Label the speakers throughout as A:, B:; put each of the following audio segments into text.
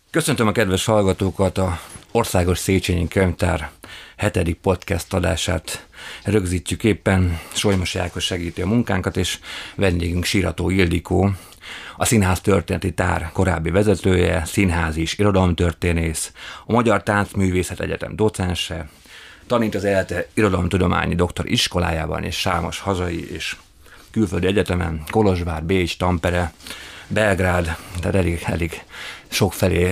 A: Köszöntöm a kedves hallgatókat, a Országos Széchenyi Könyvtár 7. podcast adását rögzítjük éppen. Solymos Ákos segíti a munkánkat, és vendégünk Sirató Ildikó, a Színház Történeti Tár korábbi vezetője, színházi és irodalomtörténész, a Magyar Táncművészet Egyetem docense, tanít az ELTE Irodalomtudományi Doktoriskolájában és számos hazai és külföldi egyetemen, Kolozsvár, Bécs, Tampere, Belgrád, tehát elég sokfelé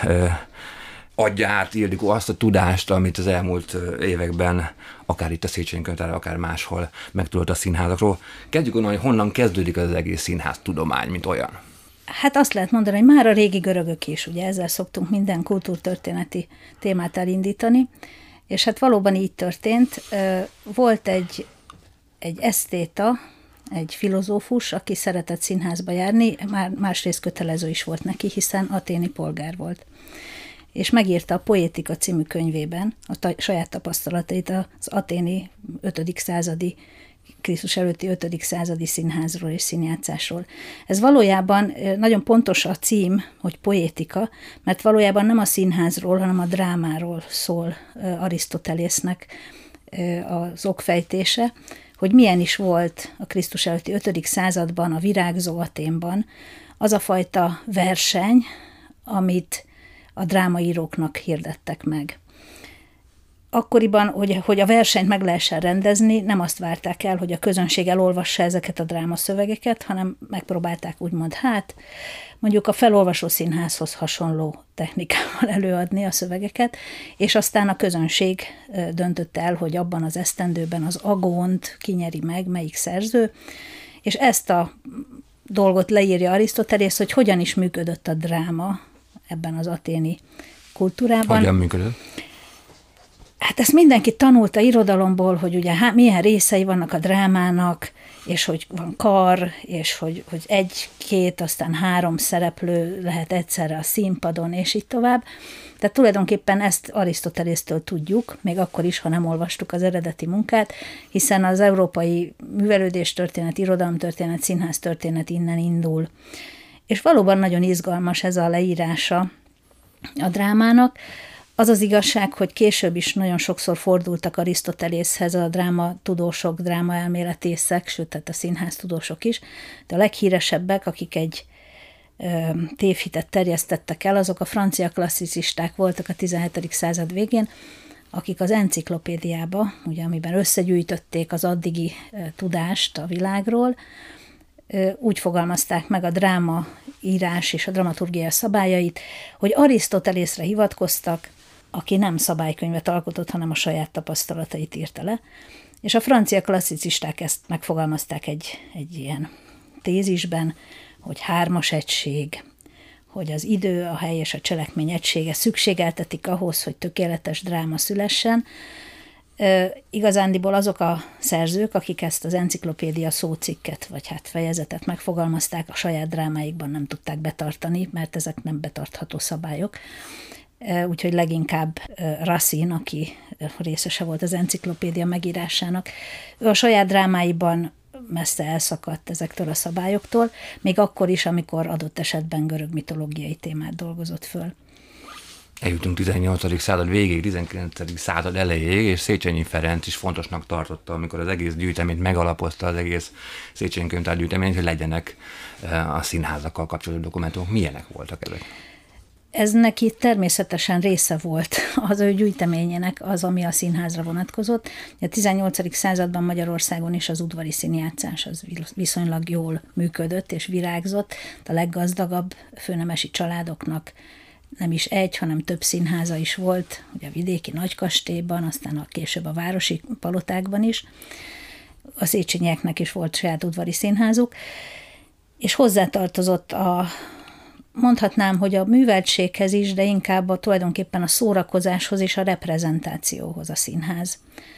A: adja át Ildikó azt a tudást, amit az elmúlt években akár itt a Széchenyi Könyvtárban, akár máshol megtudott a színházakról. Kezdjük onnan, hogy honnan kezdődik az egész színház tudomány, mint olyan.
B: Hát azt lehet mondani, hogy már a régi görögök is, ugye ezzel szoktunk minden kultúrtörténeti témát elindítani, és hát valóban így történt. Volt egy esztéta, egy filozófus, aki szeretett színházba járni, másrészt kötelező is volt neki, hiszen athéni polgár volt. És megírta a Poétika című könyvében a saját tapasztalatait az athéni 5. századi, Krisztus előtti 5. századi színházról és színjátszásról. Ez valójában nagyon pontos a cím, hogy poétika, mert valójában nem a színházról, hanem a drámáról szól Arisztotelésznek az okfejtése, hogy milyen is volt a Krisztus előtti 5. században, a virágzó Athénban az a fajta verseny, amit a drámaíróknak hirdettek meg. Akkoriban, hogy a versenyt meg lehessen rendezni, nem azt várták el, hogy a közönség elolvassa ezeket a drámaszövegeket, hanem megpróbálták úgymond mondjuk a felolvasó színházhoz hasonló technikával előadni a szövegeket, és aztán a közönség döntött el, hogy abban az esztendőben az agónt kinyeri meg, melyik szerző, és ezt a dolgot leírja Arisztotelész, hogy hogyan is működött a dráma ebben az athéni kultúrában.
A: Hogyan működött?
B: Hát ezt mindenki tanulta irodalomból, hogy ugye milyen részei vannak a drámának, és hogy van kar, és hogy egy-két, aztán 3 szereplő lehet egyszerre a színpadon, és így tovább. Tehát tulajdonképpen ezt Arisztotelésztől tudjuk, még akkor is, ha nem olvastuk az eredeti munkát, hiszen az európai művelődéstörténet, irodalomtörténet, színháztörténet innen indul. És valóban nagyon izgalmas ez a leírása a drámának. Az az igazság, hogy később is nagyon sokszor fordultak Arisztotelészhez a drámatudósok, drámaelméletészek, sőt, tehát a színháztudósok is, de a leghíresebbek, akik egy tévhitet terjesztettek el, azok a francia klasszicisták voltak a 17. század végén, akik az enciklopédiába, ugye, amiben összegyűjtötték az addigi tudást a világról, úgy fogalmazták meg a drámaírás és a dramaturgia szabályait, hogy Arisztotelészre hivatkoztak, aki nem szabálykönyvet alkotott, hanem a saját tapasztalatait írta le, és a francia klasszicisták ezt megfogalmazták egy ilyen tézisben, hogy 3 egység, hogy az idő, a hely és a cselekmény egysége szükségeltetik ahhoz, hogy tökéletes dráma szülessen. Igazándiból azok a szerzők, akik ezt az enciklopédia szócikket, vagy fejezetet megfogalmazták, a saját drámáikban nem tudták betartani, mert ezek nem betartható szabályok. Úgyhogy leginkább Racine, aki részese volt az enciklopédia megírásának, ő a saját drámáiban messze elszakadt ezektől a szabályoktól, még akkor is, amikor adott esetben görög mitológiai témát dolgozott föl.
A: Eljutunk 18. század végéig, 19. század elejéig, és Széchenyi Ferenc is fontosnak tartotta, amikor az egész gyűjteményt megalapozta, az egész Széchenyi Könyvtár gyűjteményt, hogy legyenek a színházakkal kapcsolatos dokumentumok. Milyenek voltak ezek?
B: Ez neki természetesen része volt az ő gyűjteményének, az, ami a színházra vonatkozott. A 18. században Magyarországon is az udvari színjátszás az viszonylag jól működött és virágzott. A leggazdagabb főnemesi családoknak nem is egy, hanem több színháza is volt, ugye a vidéki nagykastélyban, aztán később a városi palotákban is. A széchenyieknek is volt saját udvari színházuk, és hozzátartozott mondhatnám, hogy a műveltséghez is, de inkább tulajdonképpen a szórakozáshoz és a reprezentációhoz a színház.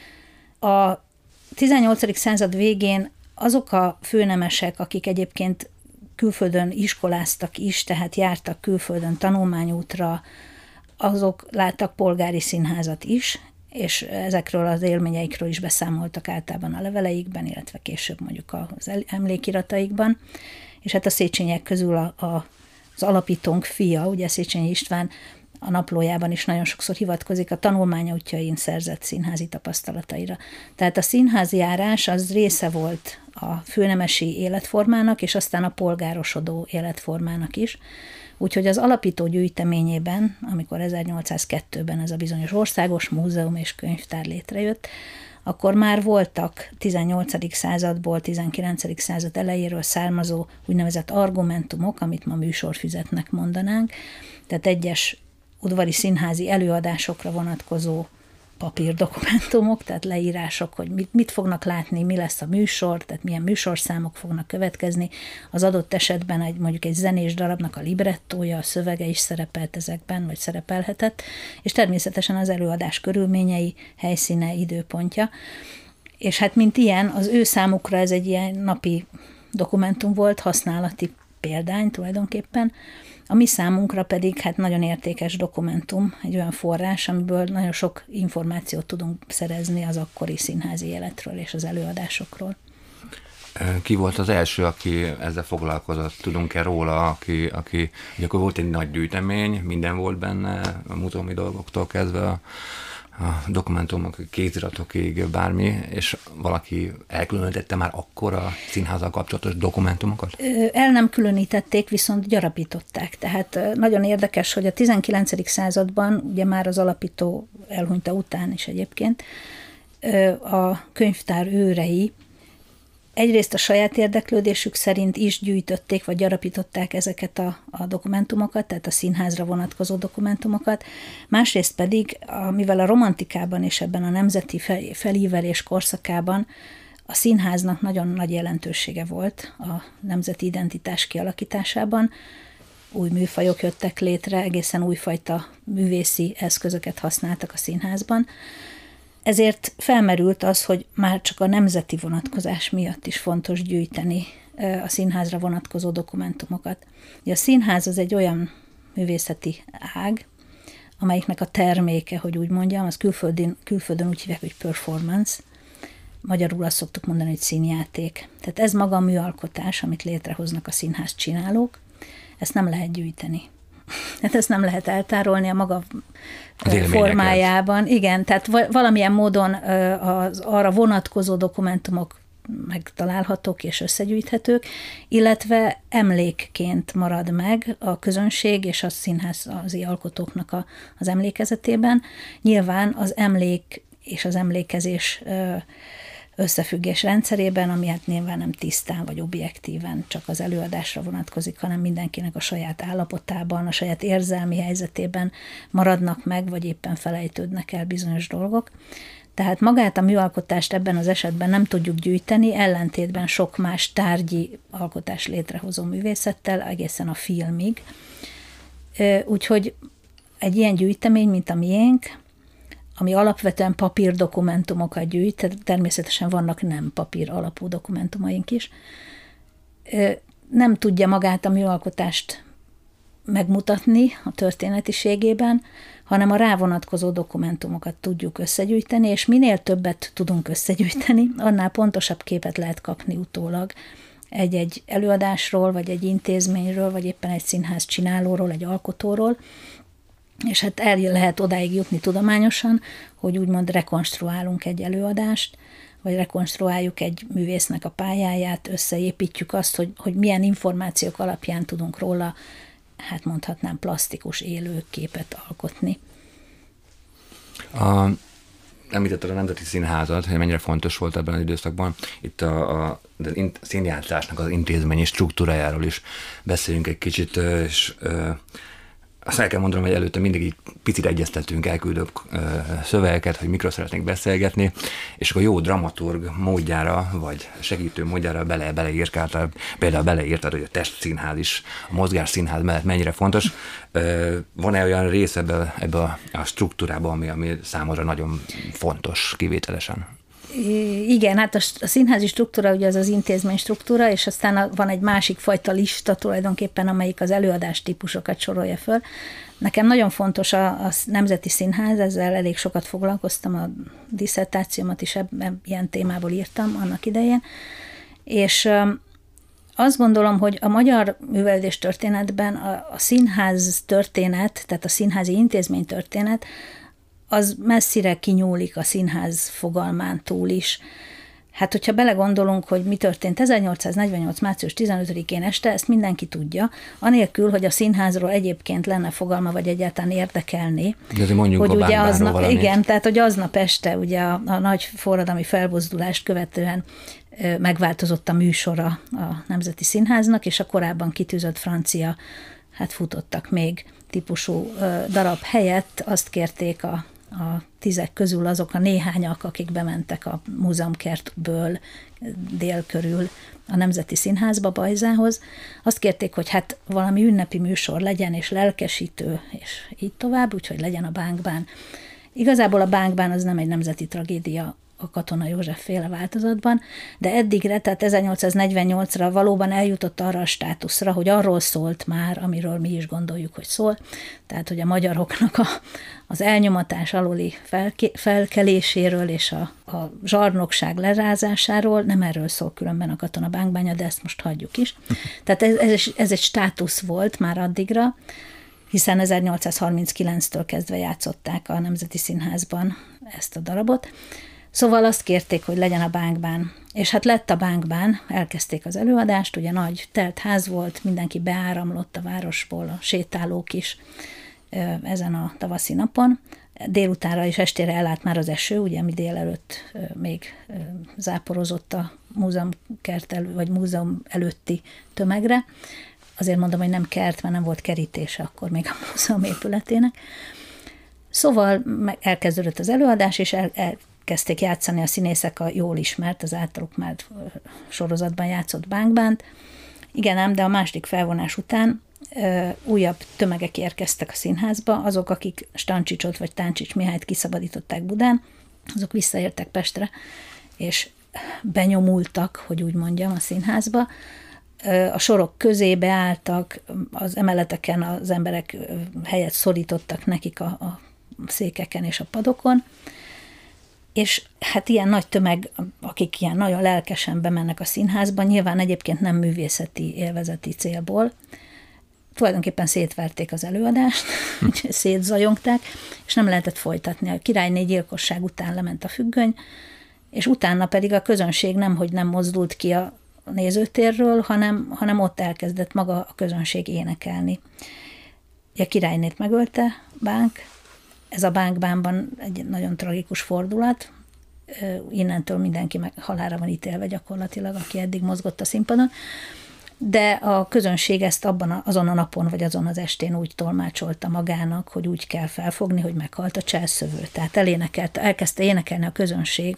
B: A 18. század végén azok a főnemesek, akik egyébként külföldön iskoláztak is, tehát jártak külföldön tanulmányútra, azok láttak polgári színházat is, és ezekről az élményeikről is beszámoltak általában a leveleikben, illetve később mondjuk az emlékirataikban. És hát a Széchenyiek közül a az alapítónk fia, ugye Széchenyi István a naplójában is nagyon sokszor hivatkozik a tanulmánya útjain szerzett színházi tapasztalataira. Tehát a színházi járás az része volt a főnemesi életformának, és aztán a polgárosodó életformának is. Úgyhogy az alapító gyűjteményében, amikor 1802-ben ez a bizonyos országos múzeum és könyvtár létrejött, akkor már voltak 18. századból, 19. század elejéről származó úgynevezett argumentumok, amit ma műsorfüzetnek mondanánk, tehát egyes udvari színházi előadásokra vonatkozó papírdokumentumok, tehát leírások, hogy mit fognak látni, mi lesz a műsor, tehát milyen műsorszámok fognak következni. Az adott esetben mondjuk egy zenés darabnak a librettója, a szövege is szerepelt ezekben, vagy szerepelhetett, és természetesen az előadás körülményei, helyszíne, időpontja. És hát mint ilyen, az ő számukra ez egy ilyen napi dokumentum volt, használati példány tulajdonképpen. A mi számunkra pedig hát nagyon értékes dokumentum, egy olyan forrás, amiből nagyon sok információt tudunk szerezni az akkori színházi életről és az előadásokról.
A: Ki volt az első, aki ezzel foglalkozott? Tudunk-e róla, aki ugye akkor volt egy nagy gyűjtemény, minden volt benne, a múzeumi dolgoktól kezdve a dokumentumok, kéziratokig, bármi, és valaki elkülönítette már akkor a színházzal kapcsolatos dokumentumokat?
B: El nem különítették, viszont gyarapították. Tehát nagyon érdekes, hogy a 19. században, ugye már az alapító elhunyta után is egyébként, a könyvtár őrei egyrészt a saját érdeklődésük szerint is gyűjtötték, vagy gyarapították ezeket a dokumentumokat, tehát a színházra vonatkozó dokumentumokat, másrészt pedig, mivel a romantikában és ebben a nemzeti felívelés korszakában a színháznak nagyon nagy jelentősége volt a nemzeti identitás kialakításában, új műfajok jöttek létre, egészen újfajta művészi eszközöket használtak a színházban, ezért felmerült az, hogy már csak a nemzeti vonatkozás miatt is fontos gyűjteni a színházra vonatkozó dokumentumokat. A színház az egy olyan művészeti ág, amelyiknek a terméke, hogy úgy mondjam, az külföldön úgy hívják, hogy performance, magyarul azt szoktuk mondani, hogy színjáték. Tehát ez maga a műalkotás, amit létrehoznak a színház csinálók, ezt nem lehet gyűjteni. Hát ezt nem lehet eltárolni a maga formájában. Igen, tehát valamilyen módon az arra vonatkozó dokumentumok megtalálhatók és összegyűjthetők, illetve emlékként marad meg a közönség és a színházi alkotóknak az emlékezetében. Nyilván az emlék és az emlékezés összefüggés rendszerében, ami hát nyilván nem tisztán vagy objektíven csak az előadásra vonatkozik, hanem mindenkinek a saját állapotában, a saját érzelmi helyzetében maradnak meg, vagy éppen felejtődnek el bizonyos dolgok. Tehát magát a műalkotást ebben az esetben nem tudjuk gyűjteni, ellentétben sok más tárgyi alkotás létrehozó művészettel, egészen a filmig. Úgyhogy egy ilyen gyűjtemény, mint a miénk, ami alapvetően papírdokumentumokat gyűjt, természetesen vannak nem papír alapú dokumentumaink is, nem tudja magát a műalkotást megmutatni a történetiségében, hanem a rávonatkozó dokumentumokat tudjuk összegyűjteni, és minél többet tudunk összegyűjteni, annál pontosabb képet lehet kapni utólag egy előadásról, vagy egy intézményről, vagy éppen egy színház csinálóról, egy alkotóról, és hát el lehet odáig jutni tudományosan, hogy úgymond rekonstruálunk egy előadást, vagy rekonstruáljuk egy művésznek a pályáját, összeépítjük azt, hogy milyen információk alapján tudunk róla, hát mondhatnám, plastikus, élő képet alkotni.
A: Említetted a Nemzeti Színházat, hogy mennyire fontos volt ebben az időszakban. Itt a színjátszásnak az intézményi struktúrájáról is beszéljünk egy kicsit, és azt el kell mondanom, hogy előtte mindig így picit egyeztettünk, elküldök szövegeket, hogy mikről szeretnénk beszélgetni, és akkor jó dramaturg módjára, vagy segítő módjára beleírkáltál, például beleírtad, hogy a testszínház is, a mozgásszínház mellett mennyire fontos. Van-e olyan rész ebbe a struktúrában, ami számodra nagyon fontos kivételesen?
B: Igen, hát a színházi struktúra ugye az intézmény struktúra, és aztán van egy másik fajta lista tulajdonképpen, amelyik az előadás típusokat sorolja föl. Nekem nagyon fontos a Nemzeti Színház, ezzel elég sokat foglalkoztam, a disszertációmat is ilyen témából írtam annak idején, és azt gondolom, hogy a magyar művelődés történetben a színház történet, tehát a színházi intézmény történet, az messzire kinyúlik a színház fogalmán túl is. Hát, hogyha belegondolunk, hogy mi történt 1848. március 15-én este, ezt mindenki tudja, anélkül, hogy a színházról egyébként lenne fogalma, vagy egyáltalán érdekelné.
A: De mondjuk
B: hogy
A: a
B: ugye aznap,
A: valamit.
B: igen, tehát, hogy aznap este ugye a nagy forradalmi felbuzdulást követően megváltozott a műsora a Nemzeti Színháznak, és a korábban kitűzött francia, hát futottak még típusú darab helyett azt kérték a 10 közül azok a néhányak, akik bementek a múzeumkertből dél körül a Nemzeti Színházba, Bajzához, azt kérték, hogy hát valami ünnepi műsor legyen, és lelkesítő, és így tovább, úgyhogy legyen a Bánkbán. Igazából a Bánkbán az nem egy nemzeti tragédia a Katona József féle változatban, de eddigre, tehát 1848-ra valóban eljutott arra a státuszra, hogy arról szólt már, amiről mi is gondoljuk, hogy szól, tehát hogy a magyaroknak az elnyomatás aluli felkeléséről és a zsarnokság lerázásáról, nem erről szól különben a Katona Bánkbánya, de ezt most hagyjuk is. Tehát ez egy státusz volt már addigra, hiszen 1839-től kezdve játszották a Nemzeti Színházban ezt a darabot. Szóval azt kérték, hogy legyen a Bánkbán. És hát lett a Bánkbán, elkezdték az előadást, ugye nagy telt ház volt, mindenki beáramlott a városból, a sétálók is ezen a tavaszi napon. Délutánra és estére elállt már az eső, ugye mi délelőtt még záporozott a múzeumkert vagy múzeum előtti tömegre. Azért mondom, hogy nem kert, mert nem volt kerítése akkor még a múzeum épületének. Szóval elkezdődött az előadás, és elkezdték játszani a színészek a jól ismert, az általuk már sorozatban játszott Bánkbánt. Igen ám, de a második felvonás után újabb tömegek érkeztek a színházba, azok, akik Stancsicsot vagy Táncsics Mihályt kiszabadították Budán, azok visszaértek Pestre, és benyomultak, hogy úgy mondjam, a színházba. A sorok közébe álltak, az emeleteken az emberek helyet szorítottak nekik a székeken és a padokon, és hát ilyen nagy tömeg, akik ilyen nagyon lelkesen bemennek a színházba, nyilván egyébként nem művészeti, élvezeti célból, tulajdonképpen szétverték az előadást, szétzajongták, és nem lehetett folytatni. A királyné gyilkosság után lement a függöny, és utána pedig a közönség nemhogy nem mozdult ki a nézőtérről, hanem ott elkezdett maga a közönség énekelni. A királynét megölte Bánk, ez a Bánkbánban egy nagyon tragikus fordulat, innentől mindenki halálra van ítélve gyakorlatilag, aki eddig mozgott a színpadon, de a közönség ezt azon a napon, vagy azon az estén úgy tolmácsolta magának, hogy úgy kell felfogni, hogy meghalt a cselszövő. Tehát elkezdte énekelni a közönség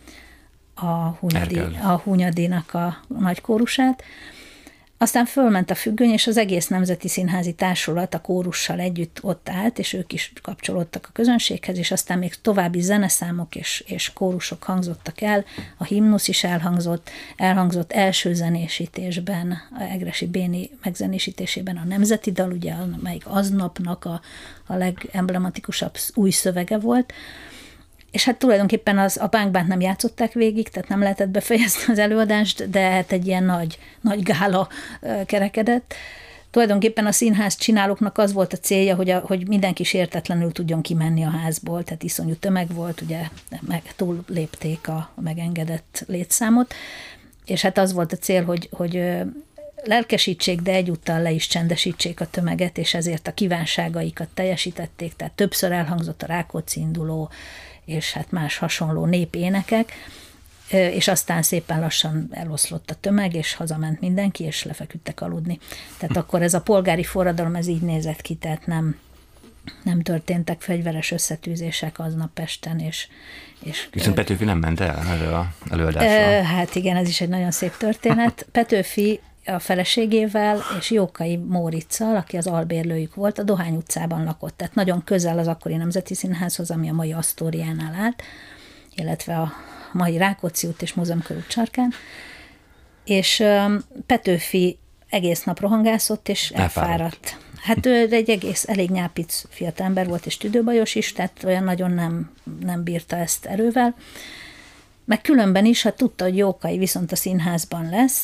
B: a Hunyadinak a nagy kórusát. Aztán fölment a függöny, és az egész Nemzeti Színházi Társulat a kórussal együtt ott állt, és ők is kapcsolódtak a közönséghez, és aztán még további zeneszámok és kórusok hangzottak el, a himnusz is elhangzott első zenésítésben, a Egressy Béni megzenésítésében a Nemzeti Dal, ugye, amelyik aznapnak a legemblematikusabb új szövege volt, és hát tulajdonképpen a Bánkbánt nem játszották végig, tehát nem lehetett befejezni az előadást, de hát egy ilyen nagy gála kerekedett. Tulajdonképpen a színház csinálóknak az volt a célja, hogy mindenki sértetlenül tudjon kimenni a házból, tehát iszonyú tömeg volt, ugye túl lépték a megengedett létszámot, és hát az volt a cél, hogy lelkesítsék, de egyúttal le is csendesítsék a tömeget, és ezért a kívánságaikat teljesítették, tehát többször elhangzott a Rákóczi induló, és hát más hasonló népénekek, és aztán szépen lassan eloszlott a tömeg, és hazament mindenki, és lefeküdtek aludni. Tehát akkor ez a polgári forradalom, ez így nézett ki, tehát nem történtek fegyveres összetűzések aznap Pesten, és
A: viszont Petőfi nem ment el erre az előadásra.
B: Hát igen, ez is egy nagyon szép történet. Petőfi a feleségével és Jókai Móriczal, aki az albérlőjük volt, a Dohány utcában lakott, tehát nagyon közel az akkori Nemzeti Színházhoz, ami a mai Asztóriánál állt, illetve a mai Rákóczi út és Múzeumkörút sarkán, és Petőfi egész nap rohangászott, és elfáradt. Hát ő egy elég nyápic fiatalember volt, és tüdőbajos is, tehát olyan nagyon nem bírta ezt erővel. Meg különben is, hát tudta, hogy Jókai viszont a színházban lesz,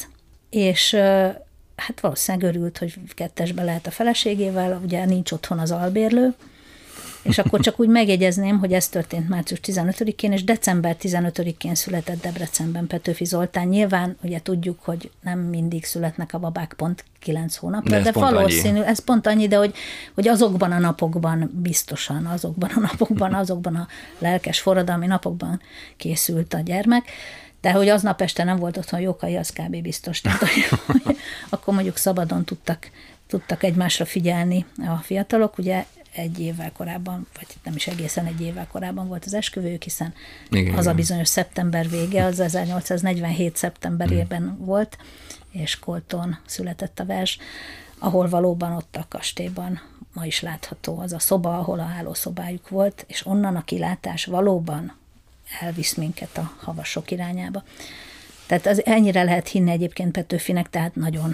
B: és hát valószínűleg örült, hogy kettesbe lehet a feleségével, ugye nincs otthon az albérlő, és akkor csak úgy megjegyezném, hogy ez történt március 15-én, és december 15-én született Debrecenben Petőfi Zoltán. Nyilván ugye tudjuk, hogy nem mindig születnek a babák pont 9 hónapra, de valószínű, ez pont annyi, de hogy azokban a napokban biztosan, azokban a lelkes forradalmi napokban készült a gyermek, de hogy aznap este nem volt otthon Jókai, az kb. Biztos. Tehát, hogy akkor mondjuk szabadon tudtak egymásra figyelni a fiatalok, ugye egy évvel korábban, vagy nem is egészen egy évvel korábban volt az esküvőjük, hiszen az a bizonyos szeptember vége, az 1847. szeptemberében volt, és Kolton született a vers, ahol valóban ott a kastélyban ma is látható az a szoba, ahol a hálószobájuk volt, és onnan a kilátás valóban elvisz minket a havasok irányába. Tehát ennyire lehet hinni egyébként Petőfinek, tehát nagyon.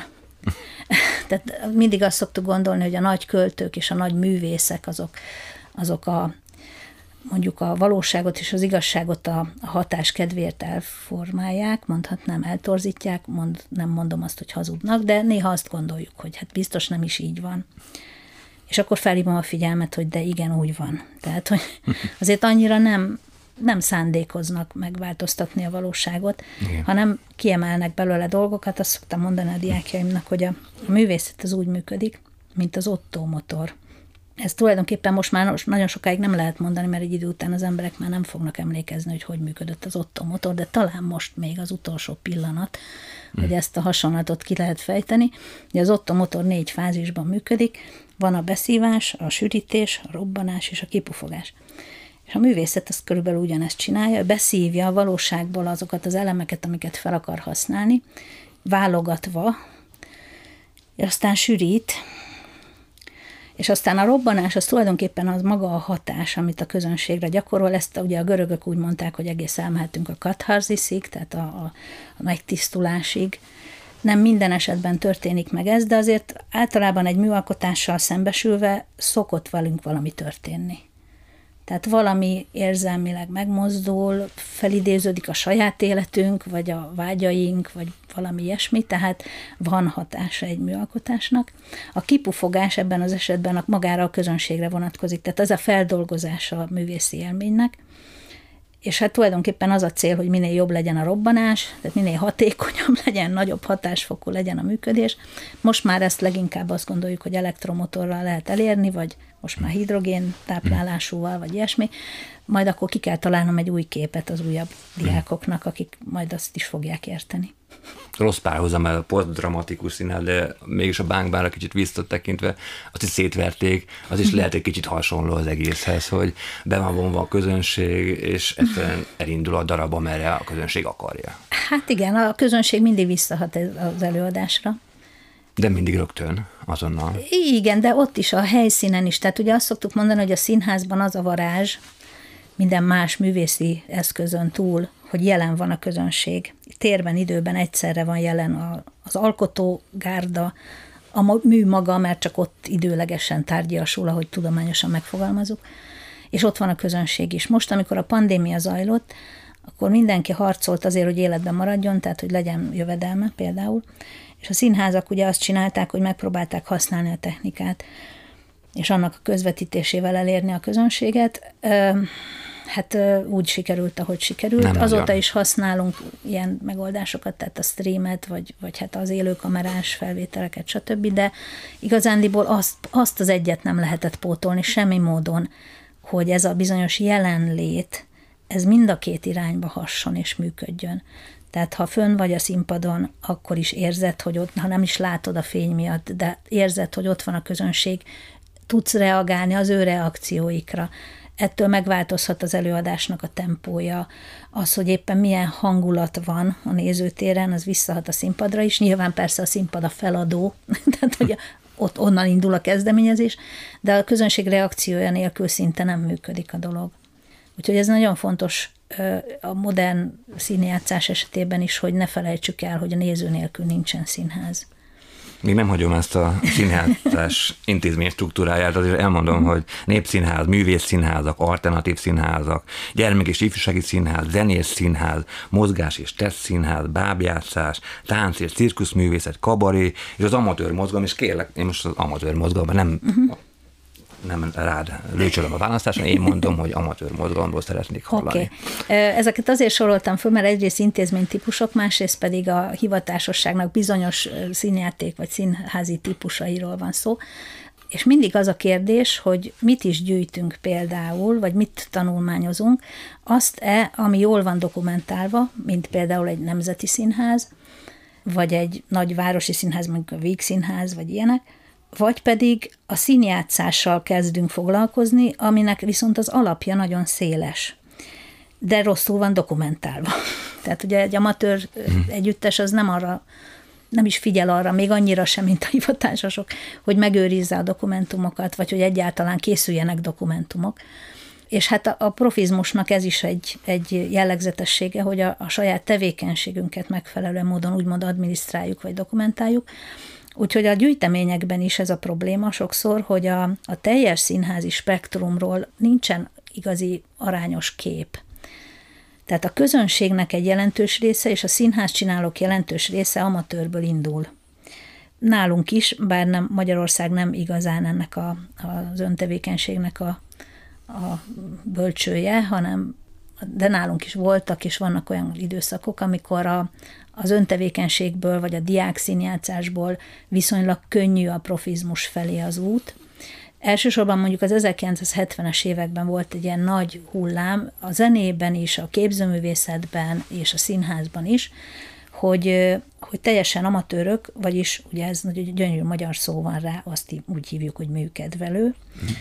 B: Tehát mindig azt szoktuk gondolni, hogy a nagy költők és a nagy művészek azok mondjuk a valóságot és az igazságot a hatás kedvéért elformálják, mondhatnám, eltorzítják, nem mondom azt, hogy hazudnak, de néha azt gondoljuk, hogy hát biztos nem is így van. És akkor felhívom a figyelmet, hogy de igen, úgy van. Tehát, hogy azért annyira nem szándékoznak megváltoztatni a valóságot, igen, hanem kiemelnek belőle dolgokat. Azt szoktam mondani a diákjaimnak, hogy a művészet az úgy működik, mint az Otto motor. Ez tulajdonképpen most már nagyon sokáig nem lehet mondani, mert egy idő után az emberek már nem fognak emlékezni, hogy működött az Otto motor, de talán most még az utolsó pillanat, hogy ezt a hasonlatot ki lehet fejteni. Ugye az Otto motor 4 fázisban működik, van a beszívás, a sűrítés, a robbanás és a kipufogás. És a művészet azt körülbelül ugyanezt csinálja, beszívja a valóságból azokat az elemeket, amiket fel akar használni, válogatva, és aztán sűrít, és aztán a robbanás az tulajdonképpen az maga a hatás, amit a közönségre gyakorol. Ezt ugye a görögök úgy mondták, hogy egész elmehetünk a katharzisig, tehát a megtisztulásig. Nem minden esetben történik meg ez, de azért általában egy műalkotással szembesülve szokott velünk valami történni. Tehát valami érzelmileg megmozdul, felidéződik a saját életünk, vagy a vágyaink, vagy valami ilyesmi, tehát van hatása egy műalkotásnak. A kipufogás ebben az esetben magára a közönségre vonatkozik, tehát ez a feldolgozása a művészi élménynek, és hát tulajdonképpen az a cél, hogy minél jobb legyen a robbanás, tehát minél hatékonyabb legyen, nagyobb hatásfokú legyen a működés. Most már ezt leginkább azt gondoljuk, hogy elektromotorral lehet elérni, vagy most már hidrogén táplálásúval, vagy ilyesmi. Majd akkor ki kell találnom egy új képet az újabb diákoknak, akik majd azt is fogják érteni.
A: Rossz párhuzam el a posztdramatikus színál, de mégis a Bánkbánra kicsit visszatekintve, azt is szétverték, az is lehet egy kicsit hasonló az egészhez, hogy be van vonva a közönség, és egyszerűen elindul a darab, amerre a közönség akarja.
B: Hát igen, a közönség mindig visszahat az előadásra.
A: De mindig rögtön, azonnal.
B: Igen, de ott is, a helyszínen is. Tehát ugye azt szoktuk mondani, hogy a színházban az a varázs, minden más művészi eszközön túl, hogy jelen van a közönség. Térben, időben egyszerre van jelen az alkotógárda, a mű maga, mert csak ott időlegesen tárgyiasul, ahogy tudományosan megfogalmazunk, és ott van a közönség is. Most, amikor a pandémia zajlott, akkor mindenki harcolt azért, hogy életben maradjon, tehát hogy legyen jövedelme például, és a színházak ugye azt csinálták, hogy megpróbálták használni a technikát, és annak a közvetítésével elérni a közönséget. Hát úgy sikerült, ahogy sikerült. Nem azóta nagyon. Is használunk ilyen megoldásokat, tehát a streamet, vagy hát az élőkamerás felvételeket, stb., de igazándiból azt az egyet nem lehetett pótolni semmi módon, hogy ez a bizonyos jelenlét, ez mind a két irányba hasson és működjön. Tehát ha fönn vagy a színpadon, akkor is érzed, hogy ott, ha nem is látod a fény miatt, de érzed, hogy ott van a közönség, tudsz reagálni az ő reakcióikra. Ettől megváltozhat az előadásnak a tempója, az, hogy éppen milyen hangulat van a nézőtéren, az visszahat a színpadra is. Nyilván persze a színpad a feladó, tehát hogy ott onnan indul a kezdeményezés, de a közönség reakciója nélkül szinte nem működik a dolog. Úgyhogy ez nagyon fontos a modern színjátszás esetében is, hogy ne felejtsük el, hogy a néző nélkül nincsen színház.
A: Még nem hagyom ezt a színházás intézmény struktúráját, azért elmondom, hogy népszínház, művészszínházak, alternatív színházak, gyermek- és ifjúsági színház, zenész színház, mozgás- és testszínház, bábjátszás, tánc- és cirkuszművészet, kabaré, és az amatőr mozgalom, és kérlek, én most az amatőr mozgalomban nem rád lőcsölöm a választáson, én mondom, hogy amatőr mozgalomból szeretnék hallani.
B: Okay. Ezeket azért soroltam föl, mert egyrészt intézménytípusok, másrészt pedig a hivatásosságnak bizonyos színjáték vagy színházi típusairól van szó. És mindig az a kérdés, hogy mit is gyűjtünk például, vagy mit tanulmányozunk, azt-e, ami jól van dokumentálva, mint például egy nemzeti színház, vagy egy nagy városi színház, mondjuk a Vígszínház, vagy ilyenek, vagy pedig a színjátszással kezdünk foglalkozni, aminek viszont az alapja nagyon széles, de rosszul van dokumentálva. Tehát ugye egy amatőr együttes az nem is figyel arra, még annyira sem, mint a hivatásosok, hogy megőrizze a dokumentumokat, vagy hogy egyáltalán készüljenek dokumentumok. És hát a profizmusnak ez is egy jellegzetessége, hogy a saját tevékenységünket megfelelő módon úgymond adminisztráljuk, vagy dokumentáljuk. Úgyhogy a gyűjteményekben is ez a probléma sokszor, hogy a teljes színházi spektrumról nincsen igazi arányos kép. Tehát a közönségnek egy jelentős része és a színházcsinálók jelentős része amatőrből indul. Nálunk is, bár nem, Magyarország nem igazán ennek az öntevékenységnek a bölcsője, de nálunk is voltak és vannak olyan időszakok, amikor az öntevékenységből vagy a diák színjátszásból viszonylag könnyű a profizmus felé az út. Elsősorban mondjuk az 1970-es években volt egy ilyen nagy hullám, a zenében is, a képzőművészetben és a színházban is, hogy teljesen amatőrök, vagyis ugye ez nagyon gyönyörű magyar szó van rá, azt úgy hívjuk, hogy műkedvelő.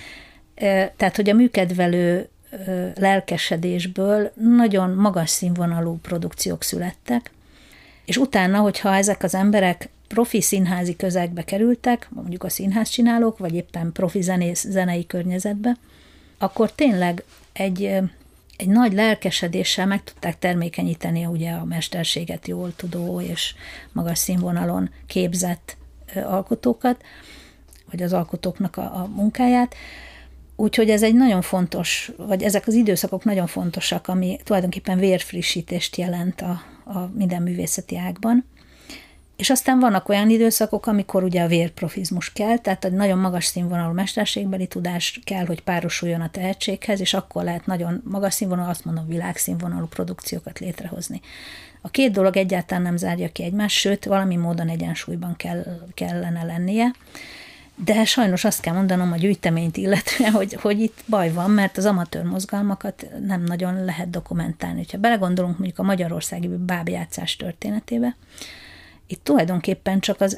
B: Tehát, hogy a műkedvelő lelkesedésből nagyon magas színvonalú produkciók születtek, és utána, hogyha ezek az emberek profi színházi közegbe kerültek, mondjuk a színházcsinálók, vagy éppen profi zenei környezetbe, akkor tényleg egy nagy lelkesedéssel meg tudták termékenyíteni ugye a mesterséget jól tudó és magas színvonalon képzett alkotókat, vagy az alkotóknak a munkáját. Úgyhogy ez egy nagyon fontos, vagy ezek az időszakok nagyon fontosak, ami tulajdonképpen vérfrissítést jelent a minden művészeti ágban. És aztán vannak olyan időszakok, amikor ugye a vérprofizmus kell, tehát egy nagyon magas színvonalú mesterségbeli tudás kell, hogy párosuljon a tehetséghez, és akkor lehet nagyon magas színvonalú, azt mondom, világszínvonalú produkciókat létrehozni. A két dolog egyáltalán nem zárja ki egymást, sőt, valami módon egyensúlyban kellene lennie. De sajnos azt kell mondanom a gyűjteményt illetően, hogy itt baj van, mert az amatőr mozgalmakat nem nagyon lehet dokumentálni. Ha belegondolunk mondjuk a magyarországi bábjátszás történetébe, itt tulajdonképpen csak az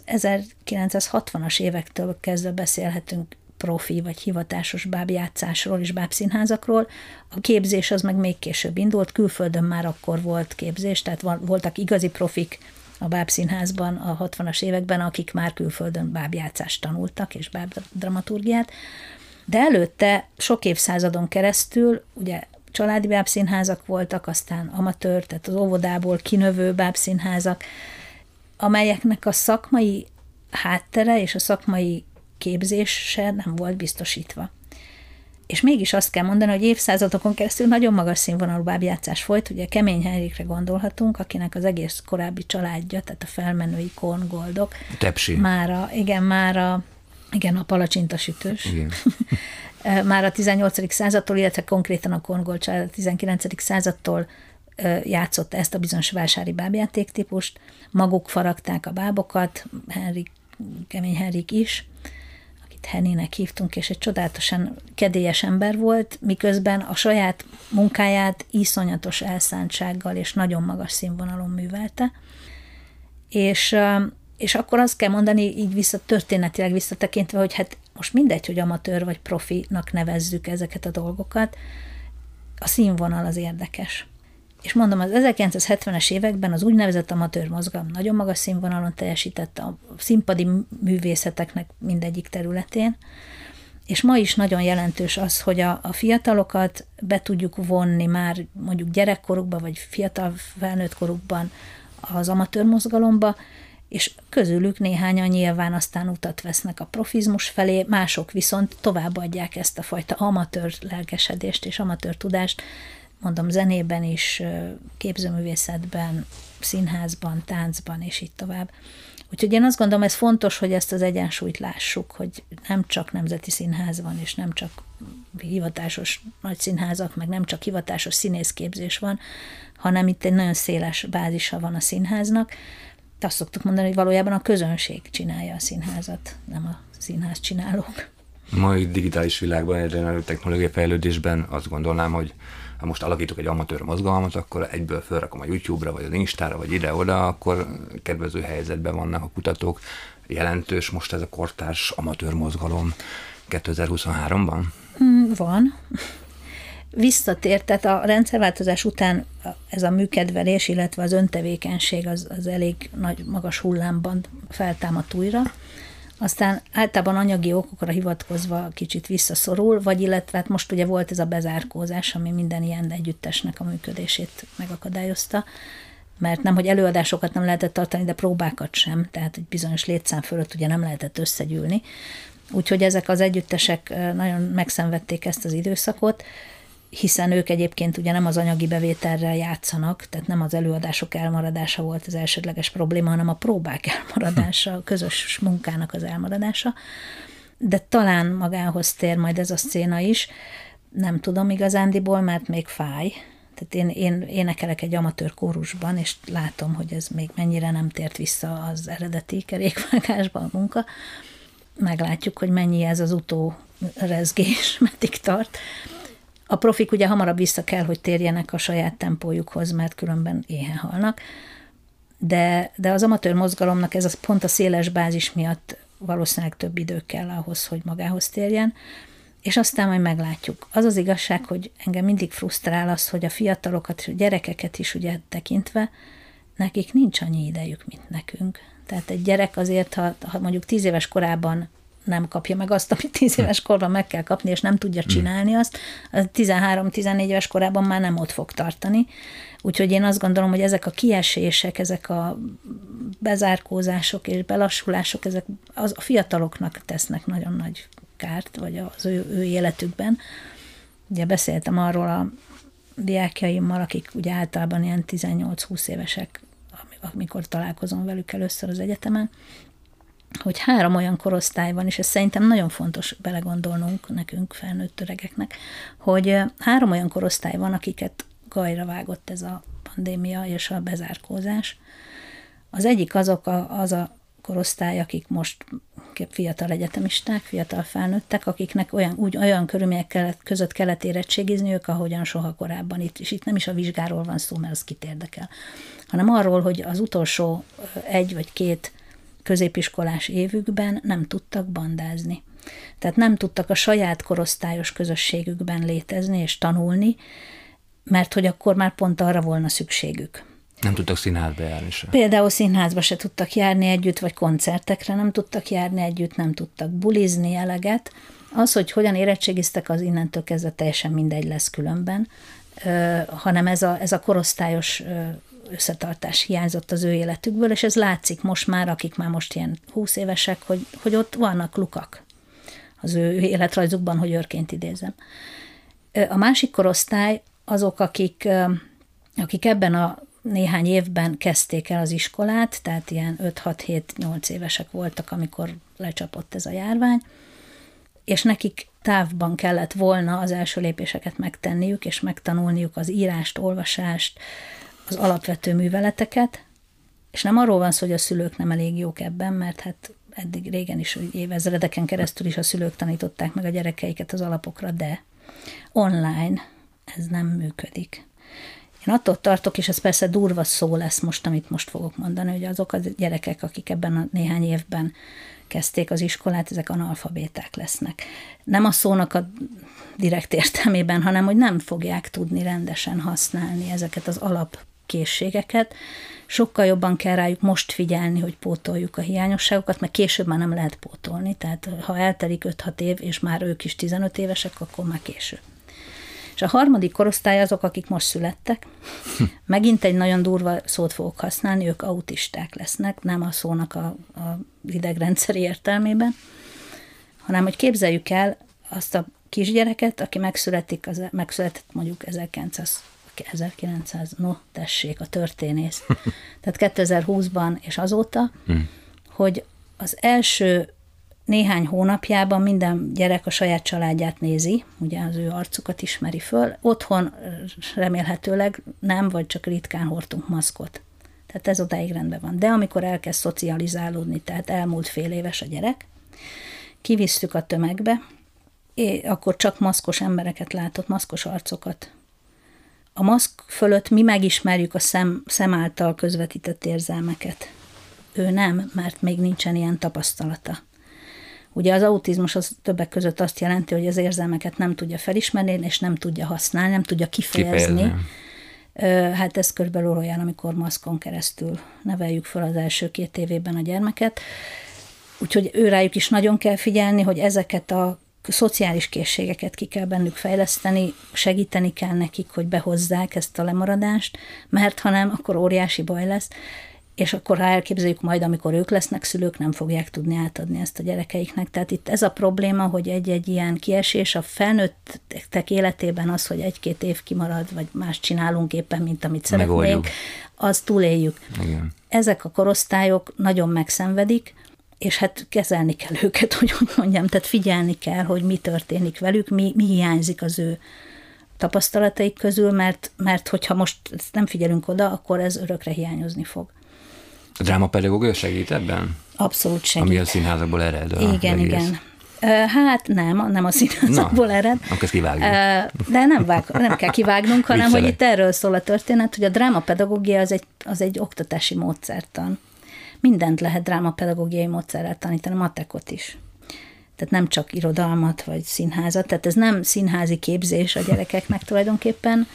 B: 1960-as évektől kezdve beszélhetünk profi vagy hivatásos bábjátszásról és bábszínházakról. A képzés az meg még később indult, külföldön már akkor volt képzés, tehát voltak igazi profik a bábszínházban a 60-as években, akik már külföldön bábjátszást tanultak, és bábdramaturgiát. De előtte sok évszázadon keresztül, ugye családi bábszínházak voltak, aztán amatőr, tehát az óvodából kinövő bábszínházak, amelyeknek a szakmai háttere és a szakmai képzése nem volt biztosítva. És mégis azt kell mondani, hogy évszázadokon keresztül nagyon magas színvonalú bábjátszás folyt, ugye Kemény Henrikre gondolhatunk, akinek az egész korábbi családja, tehát a felmenői Korngoldok.
A: Tepsi.
B: Igen, a palacsintasütős. Igen. Már a 18. századtól, illetve konkrétan a Korngold család a 19. századtól játszott ezt a bizonyos vásári bábjátéktípust, maguk faragták a bábokat, Kemény Henrik is, akit Hennének hívtunk, és egy csodálatosan kedélyes ember volt, miközben a saját munkáját iszonyatos elszántsággal és nagyon magas színvonalon művelte. És akkor azt kell mondani, így történetileg visszatekintve, hogy hát most mindegy, hogy amatőr vagy profinak nevezzük ezeket a dolgokat, a színvonal az érdekes. És mondom, az 1970-es években az úgynevezett amatőr mozgalom nagyon magas színvonalon teljesített a színpadi művészeteknek mindegyik területén, és ma is nagyon jelentős az, hogy a fiatalokat be tudjuk vonni már mondjuk gyerekkorukban, vagy fiatal felnőtt korukban az amatőr mozgalomba, és közülük néhányan nyilván aztán utat vesznek a profizmus felé, mások viszont továbbadják ezt a fajta amatőr lelkesedést és amatőr tudást, mondom, zenében is, képzőművészetben, színházban, táncban, és így tovább. Úgyhogy én azt gondolom, ez fontos, hogy ezt az egyensúlyt lássuk, hogy nem csak nemzeti színház van, és nem csak hivatásos nagy színházak, meg nem csak hivatásos színészképzés van, hanem itt egy nagyon széles bázisa van a színháznak. Azt szoktuk mondani, hogy valójában a közönség csinálja a színházat, nem a színház csinálók.
A: Mai digitális világban, egyre nagyobb technológiai fejlődésben azt gondolnám, hogy ha most alakítok egy amatőr mozgalmat, akkor egyből felrakom a YouTube-ra, vagy az Instára, vagy ide-oda, akkor kedvező helyzetben vannak a kutatók. Jelentős most ez a kortárs amatőr mozgalom 2023-ban?
B: Van. Visszatért, tehát a rendszerváltozás után ez a műkedvelés, illetve az öntevékenység az elég nagy, magas hullámban feltámadt újra. Aztán általában anyagi okokra hivatkozva kicsit visszaszorul, vagy illetve hát most ugye volt ez a bezárkózás, ami minden ilyen együttesnek a működését megakadályozta, mert nem, hogy előadásokat nem lehetett tartani, de próbákat sem, tehát egy bizonyos létszám fölött ugye nem lehetett összegyűlni. Úgyhogy ezek az együttesek nagyon megszenvedték ezt az időszakot, hiszen ők egyébként ugye nem az anyagi bevételrel játszanak, tehát nem az előadások elmaradása volt az elsődleges probléma, hanem a próbák elmaradása, a közös munkának az elmaradása. De talán magához tér majd ez a szcéna is, nem tudom igazándiból, mert még fáj. Tehát én énekelek egy amatőr kórusban, és látom, hogy ez még mennyire nem tért vissza az eredeti kerékvágásba a munka. Meglátjuk, hogy mennyi ez az utórezgés, meddig tart. A profik ugye hamarabb vissza kell, hogy térjenek a saját tempójukhoz, mert különben éhen halnak, de az amatőr mozgalomnak ez pont a széles bázis miatt valószínűleg több idő kell ahhoz, hogy magához térjen, és aztán majd meglátjuk. Az az igazság, hogy engem mindig frusztrál az, hogy a fiatalokat és a gyerekeket is ugye tekintve, nekik nincs annyi idejük, mint nekünk. Tehát egy gyerek azért, ha mondjuk 10 éves korában nem kapja meg azt, amit 10 éves korban meg kell kapni, és nem tudja csinálni azt, 13-14 éves korában már nem ott fog tartani. Úgyhogy én azt gondolom, hogy ezek a kiesések, ezek a bezárkózások és belassulások, ezek a fiataloknak tesznek nagyon nagy kárt, vagy az ő életükben. Ugye beszéltem arról a diákjaimmal, akik ugye általában ilyen 18-20 évesek, amikor találkozom velük először az egyetemen, hogy 3 olyan korosztály van, és ez szerintem nagyon fontos belegondolnunk nekünk, felnőtt öregeknek, hogy 3 olyan korosztály van, akiket gajra vágott ez a pandémia és a bezárkózás. Az egyik az a korosztály, akik most fiatal egyetemisták, fiatal felnőttek, akiknek olyan körülmények között kellett érettségizniük, ahogyan soha korábban itt, és itt nem is a vizsgáról van szó, mert az kit érdekel, hanem arról, hogy az utolsó 1 vagy 2 középiskolás évükben nem tudtak bandázni. Tehát nem tudtak a saját korosztályos közösségükben létezni és tanulni, mert hogy akkor már pont arra volna szükségük.
A: Nem tudtak színházba járni sem.
B: Például színházba se tudtak járni együtt, vagy koncertekre nem tudtak járni együtt, nem tudtak bulizni eleget. Az, hogy hogyan érettségiztek, az innentől kezdve teljesen mindegy lesz különben, hanem ez a korosztályos összetartás hiányzott az ő életükből, és ez látszik most már, akik már most ilyen 20 évesek, hogy ott vannak lukak az ő életrajzukban, hogy őrként idézem. A másik korosztály azok, akik ebben a néhány évben kezdték el az iskolát, tehát ilyen 5-6-7-8 évesek voltak, amikor lecsapott ez a járvány, és nekik távban kellett volna az első lépéseket megtenniük, és megtanulniuk az írást, olvasást, az alapvető műveleteket, és nem arról van szó, hogy a szülők nem elég jók ebben, mert hát eddig régen is, évezredeken keresztül is a szülők tanították meg a gyerekeiket az alapokra, de online ez nem működik. Én attól tartok, és ez persze durva szó lesz most, amit most fogok mondani, hogy azok a gyerekek, akik ebben a néhány évben kezdték az iskolát, ezek analfabéták lesznek. Nem a szónak a direkt értelmében, hanem hogy nem fogják tudni rendesen használni ezeket az alapkészségeket. Sokkal jobban kell rájuk most figyelni, hogy pótoljuk a hiányosságokat, mert később már nem lehet pótolni, tehát ha eltelik 5-6 év, és már ők is 15 évesek, akkor már késő. És a harmadik korosztály azok, akik most születtek. Megint egy nagyon durva szót fogok használni, ők autisták lesznek, nem a szónak a idegrendszeri értelmében, hanem hogy képzeljük el azt a kisgyereket, aki megszületett mondjuk 1900, no tessék, a történész. Tehát 2020-ban és azóta, hogy az első néhány hónapjában minden gyerek a saját családját nézi, ugye az ő arcukat ismeri föl, otthon remélhetőleg nem, vagy csak ritkán hordtunk maszkot. Tehát ez odáig rendben van. De amikor elkezd szocializálódni, tehát elmúlt fél éves a gyerek, kivisszük a tömegbe, akkor csak maszkos embereket látott, maszkos arcokat. A maszk fölött mi megismerjük a szem által közvetített érzelmeket. Ő nem, mert még nincsen ilyen tapasztalata. Ugye az autizmus az többek között azt jelenti, hogy az érzelmeket nem tudja felismerni, és nem tudja használni, nem tudja kifejezni. Hát ez körülbelül olyan, amikor maszkon keresztül neveljük fel az első 2 évében a gyermeket. Úgyhogy őrájuk is nagyon kell figyelni, hogy ezeket a szociális készségeket ki kell bennük fejleszteni, segíteni kell nekik, hogy behozzák ezt a lemaradást, mert ha nem, akkor óriási baj lesz, és akkor ha elképzeljük majd, amikor ők lesznek szülők, nem fogják tudni átadni ezt a gyerekeiknek. Tehát itt ez a probléma, hogy egy ilyen kiesés a felnőttek életében az, hogy 1-2 év kimarad, vagy más csinálunk éppen, mint amit szeretnénk, azt túléljük.
A: Igen.
B: Ezek a korosztályok nagyon megszenvedik, és hát kezelni kell őket, hogy mondjam, tehát figyelni kell, hogy mi történik velük, mi hiányzik az ő tapasztalataik közül, mert hogyha most nem figyelünk oda, akkor ez örökre hiányozni fog.
A: A drámapedagógia segít ebben?
B: Abszolút segít.
A: Ami a színházakból ered?
B: Igen. Hát nem a színházakból ered.
A: Akkor ezt kivágjuk.
B: De nem kell kivágnunk, hanem hogy itt erről szól a történet, hogy a drámapedagógia az egy oktatási módszertan. Mindent lehet drámapedagógiai módszerrel tanítani, matekot is. Tehát nem csak irodalmat vagy színházat, tehát ez nem színházi képzés a gyerekeknek tulajdonképpen,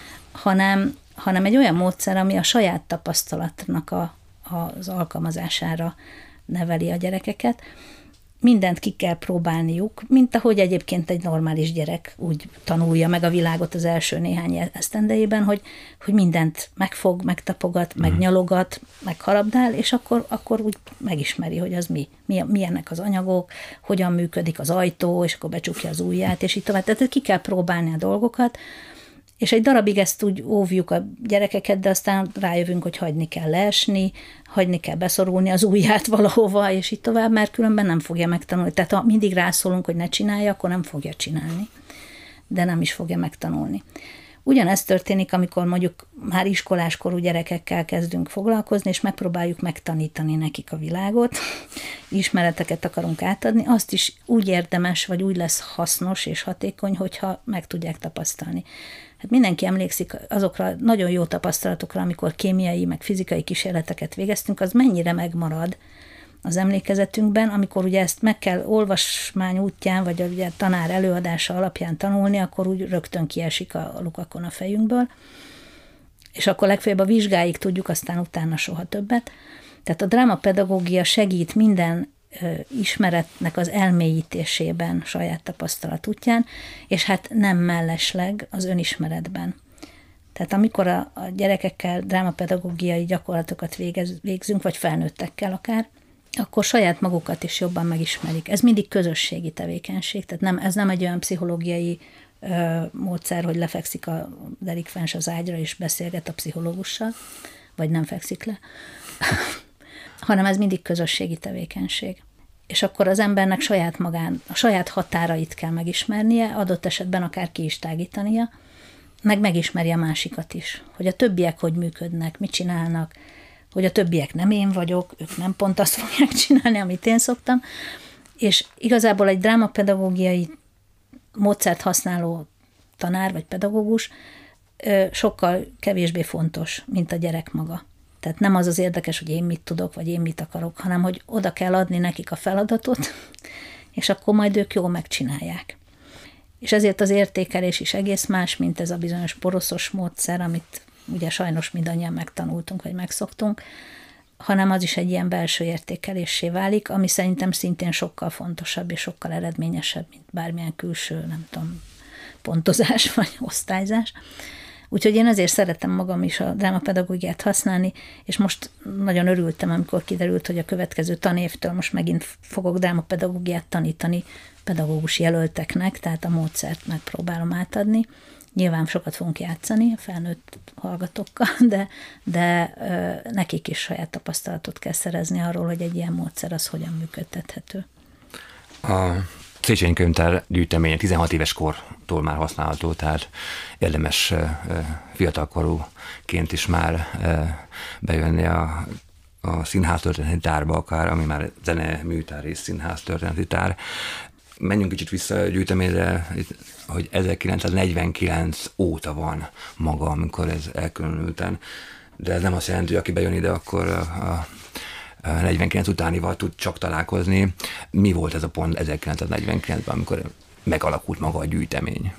B: hanem egy olyan módszer, ami a saját tapasztalatnak az alkalmazására neveli a gyerekeket. Mindent ki kell próbálniuk, mint ahogy egyébként egy normális gyerek úgy tanulja meg a világot az első néhány esztendejében, hogy mindent megfog, megtapogat, megnyalogat, megharabdál, és akkor úgy megismeri, hogy az milyenek az anyagok, hogyan működik az ajtó, és akkor becsukja az ujját, és így tovább. Tehát ki kell próbálni a dolgokat, és egy darabig ezt úgy óvjuk a gyerekeket, de aztán rájövünk, hogy hagyni kell leesni, hagyni kell beszorulni az ujját valahova, és így tovább, mert különben nem fogja megtanulni. Tehát ha mindig rászólunk, hogy ne csinálja, akkor nem fogja csinálni, de nem is fogja megtanulni. Ugyanezt történik, amikor mondjuk már iskoláskorú gyerekekkel kezdünk foglalkozni, és megpróbáljuk megtanítani nekik a világot, ismereteket akarunk átadni, azt is úgy érdemes, vagy úgy lesz hasznos és hatékony, hogyha meg tudják tapasztalni. Hát mindenki emlékszik azokra nagyon jó tapasztalatokra, amikor kémiai, meg fizikai kísérleteket végeztünk, az mennyire megmarad az emlékezetünkben, amikor ugye ezt meg kell olvasmány útján, vagy ugye tanár előadása alapján tanulni, akkor úgy rögtön kiesik a lukakon a fejünkből, és akkor legfeljebb a vizsgáig tudjuk, aztán utána soha többet. Tehát a drámapedagógia segít minden ismeretnek az elmélyítésében saját tapasztalat útján, és hát nem mellesleg az önismeretben. Tehát amikor a gyerekekkel drámapedagógiai gyakorlatokat végzünk, vagy felnőttekkel akár, akkor saját magukat is jobban megismerik. Ez mindig közösségi tevékenység, tehát ez nem egy olyan pszichológiai módszer, hogy lefekszik a delikvens az ágyra és beszélget a pszichológussal, vagy nem fekszik le, hanem ez mindig közösségi tevékenység. És akkor az embernek a saját határait kell megismernie, adott esetben akár ki is tágítania, meg megismerje a másikat is, hogy a többiek hogy működnek, mit csinálnak, hogy a többiek nem én vagyok, ők nem pont azt fogják csinálni, amit én szoktam, és igazából egy drámapedagógiai módszert használó tanár vagy pedagógus sokkal kevésbé fontos, mint a gyerek maga. Tehát nem az érdekes, hogy én mit tudok, vagy én mit akarok, hanem hogy oda kell adni nekik a feladatot, és akkor majd ők jól megcsinálják. És ezért az értékelés is egész más, mint ez a bizonyos poroszos módszer, amit ugye sajnos mindannyian megtanultunk, vagy megszoktunk, hanem az is egy ilyen belső értékeléssé válik, ami szerintem szintén sokkal fontosabb és sokkal eredményesebb, mint bármilyen külső, nem tudom, pontozás vagy osztályzás. Úgyhogy én azért szeretem magam is a drámapedagógiát használni, és most nagyon örültem, amikor kiderült, hogy a következő tanévtől most megint fogok drámapedagógiát tanítani pedagógus jelölteknek, tehát a módszert megpróbálom átadni. Nyilván sokat fogunk játszani a felnőtt hallgatókkal, de nekik is saját tapasztalatot kell szerezni arról, hogy egy ilyen módszer az hogyan működtethető.
A: A Széchenyi Könyvtár gyűjteménye 16 éves kortól már használható, tehát érdemes fiatalkorúként is már bejönni a színháztörténeti tárba, akár, ami már zene, műtár és színháztörténeti tár. Menjünk kicsit vissza a gyűjteményre, hogy 1949 óta van maga, amikor ez elkülönülten, de ez nem azt jelenti, hogy aki bejön ide, akkor a 49 utánival tud csak találkozni. Mi volt ez a pont 1949-ben, amikor megalakult maga a gyűjtemény?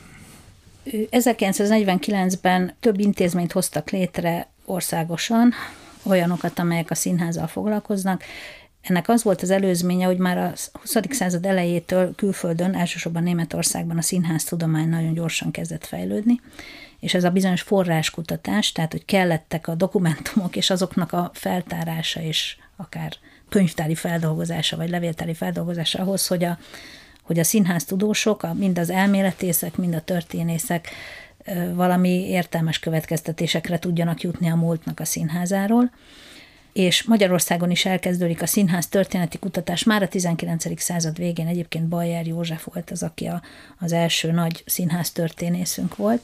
B: 1949-ben több intézményt hoztak létre országosan, olyanokat, amelyek a színházzal foglalkoznak. Ennek az volt az előzménye, hogy már a 20. század elejétől külföldön, elsősorban Németországban a színháztudomány nagyon gyorsan kezdett fejlődni, és ez a bizonyos forráskutatás, tehát hogy kellettek a dokumentumok és azoknak a feltárása és akár könyvtári feldolgozása vagy levéltári feldolgozása ahhoz, hogy a színháztudósok, mind az elméletészek, mind a történészek valami értelmes következtetésekre tudjanak jutni a múltnak a színházáról. És Magyarországon is elkezdődik a színház történeti kutatás már a 19. század végén. Egyébként Bajer József volt az, aki az első nagy színház történészünk volt.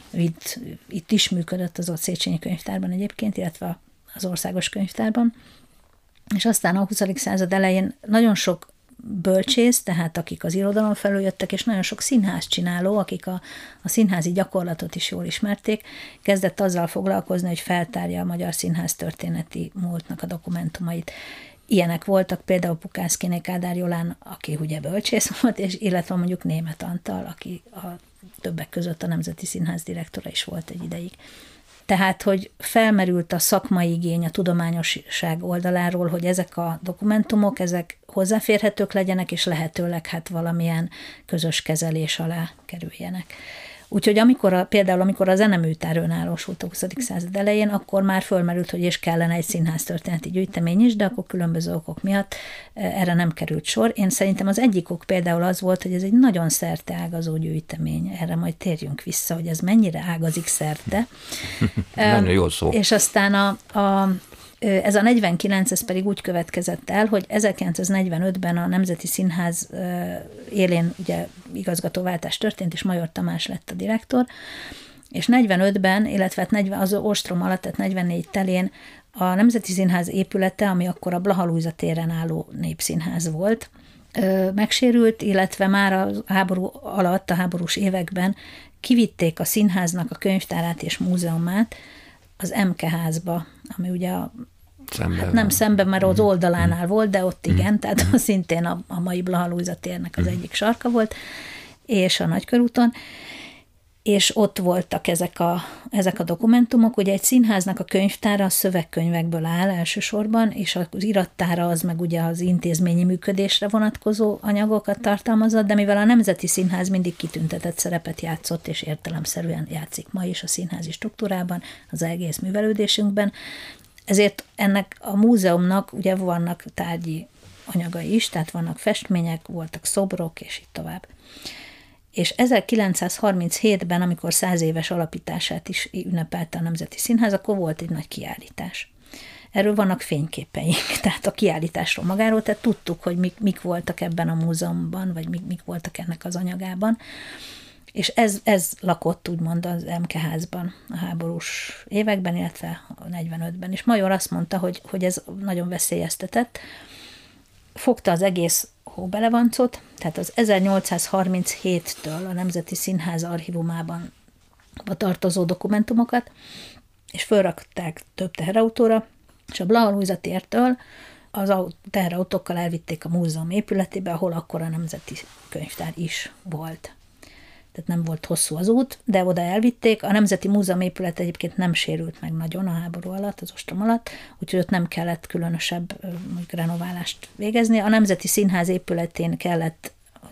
B: Itt is működött az ott Széchenyi Könyvtárban egyébként, illetve az Országos Könyvtárban. És aztán a 20. század elején nagyon sok bölcsész, tehát akik az irodalom felől jöttek, és nagyon sok színházcsináló, akik a színházi gyakorlatot is jól ismerték, kezdett azzal foglalkozni, hogy feltárja a magyar színház történeti múltnak a dokumentumait. Ilyenek voltak például Pukászkiné Kádár Jolán, aki ugye bölcsész volt, és illetve mondjuk Németh Antal, aki a többek között a Nemzeti Színház direktora is volt egy ideig. Tehát, hogy felmerült a szakmai igény a tudományosság oldaláról, hogy ezek a dokumentumok, ezek hozzáférhetők legyenek, és lehetőleg hát valamilyen közös kezelés alá kerüljenek. Úgyhogy például amikor a zeneműtár önállósult a 20. század elején, akkor már fölmerült, hogy és kellene egy színháztörténeti gyűjtemény is, de akkor különböző okok miatt erre nem került sor. Én szerintem az egyik ok például az volt, hogy ez egy nagyon szerteágazó gyűjtemény. Erre majd térjünk vissza, hogy ez mennyire ágazik szerte.
A: Nagyon jó szó.
B: És aztán ez a 49, ez pedig úgy következett el, hogy 1945-ben a Nemzeti Színház élén ugye igazgatóváltás történt, és Major Tamás lett a direktor, és 45-ben, illetve az ostrom alatt, tehát 44 telén a Nemzeti Színház épülete, ami akkor a Blaha Lujza téren álló népszínház volt, megsérült, illetve már a háború alatt, a háborús években kivitték a színháznak a könyvtárát és múzeumát az MK házba, ami ugye nem szemben, mert az oldalánál volt, de ott igen, tehát szintén a mai Blaha Lujza térnek az egyik sarka volt, és a Nagykörúton, és ott voltak ezek a dokumentumok. Ugye egy színháznak a könyvtára a szövegkönyvekből áll elsősorban, és az irattára az meg ugye az intézményi működésre vonatkozó anyagokat tartalmazott, de mivel a Nemzeti Színház mindig kitüntetett szerepet játszott, és értelemszerűen játszik ma is a színházi struktúrában, az egész művelődésünkben, ezért ennek a múzeumnak ugye vannak tárgyi anyagai is, tehát vannak festmények, voltak szobrok, és így tovább. És 1937-ben, amikor 100 éves alapítását is ünnepelte a Nemzeti Színház, akkor volt egy nagy kiállítás. Erről vannak fényképeink, tehát a kiállításról magáról, tehát tudtuk, hogy mik voltak ebben a múzeumban, vagy mik voltak ennek az anyagában. És ez lakott úgymond az MK házban a háborús években, illetve a 45-ben. És Major azt mondta, hogy ez nagyon veszélyeztetett. Fogta az egész hóbelevancot, tehát az 1837-től a Nemzeti Színház archívumában tartozó dokumentumokat, és fölrakták több teherautóra, és a Blaha Lujza tértől az teherautókkal elvitték a múzeum épületébe, ahol akkor a Nemzeti Könyvtár is volt. Tehát nem volt hosszú az út, de oda elvitték. A Nemzeti Múzeum épület egyébként nem sérült meg nagyon a háború alatt, az ostrom alatt, úgyhogy ott nem kellett különösebb renoválást végezni. A Nemzeti Színház épületén kellett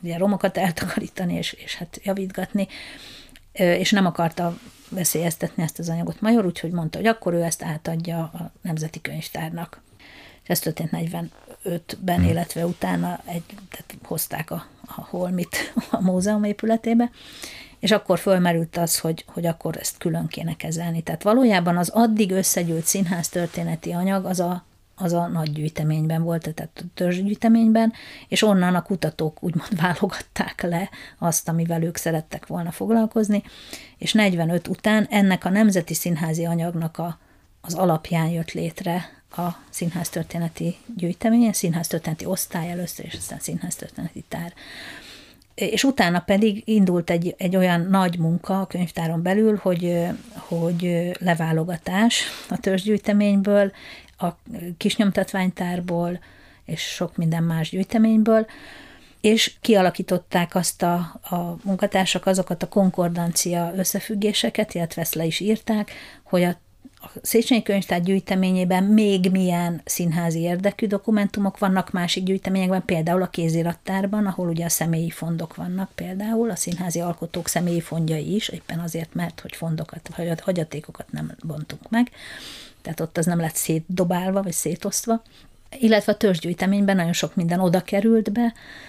B: ugye romokat eltakarítani, és hát javítgatni, és nem akarta veszélyeztetni ezt az anyagot Major, úgyhogy mondta, hogy akkor ő ezt átadja a Nemzeti Könyvtárnak. És ez történt 45-ben, illetve utána tehát hozták a holmit a múzeum épületébe, és akkor fölmerült az, hogy akkor ezt külön kéne kezelni. Tehát valójában az addig összegyűlt színháztörténeti anyag az a nagy gyűjteményben volt, tehát a törzsgyűjteményben, és onnan a kutatók úgymond válogatták le azt, amivel ők szerettek volna foglalkozni, és 45 után ennek a nemzeti színházi anyagnak az alapján jött létre a színháztörténeti gyűjtemény, színháztörténeti osztály először, és aztán színháztörténeti tár. És utána pedig indult egy olyan nagy munka a könyvtáron belül, hogy leválogatás a törzsgyűjteményből, a kisnyomtatványtárból, és sok minden más gyűjteményből, és kialakították azt a munkatársak azokat a konkordancia összefüggéseket, illetve ezt le is írták, hogy a Széchenyi Könyvtár gyűjteményében még milyen színházi érdekű dokumentumok vannak másik gyűjteményekben, például a kézirattárban, ahol ugye a személyi fondok vannak például, a színházi alkotók személyi fondjai is, éppen azért, mert hogy fondokat, vagy hagyatékokat nem bontunk meg, tehát ott az nem lett szétdobálva, vagy szétosztva, illetve a törzsgyűjteményben nagyon sok minden oda került be,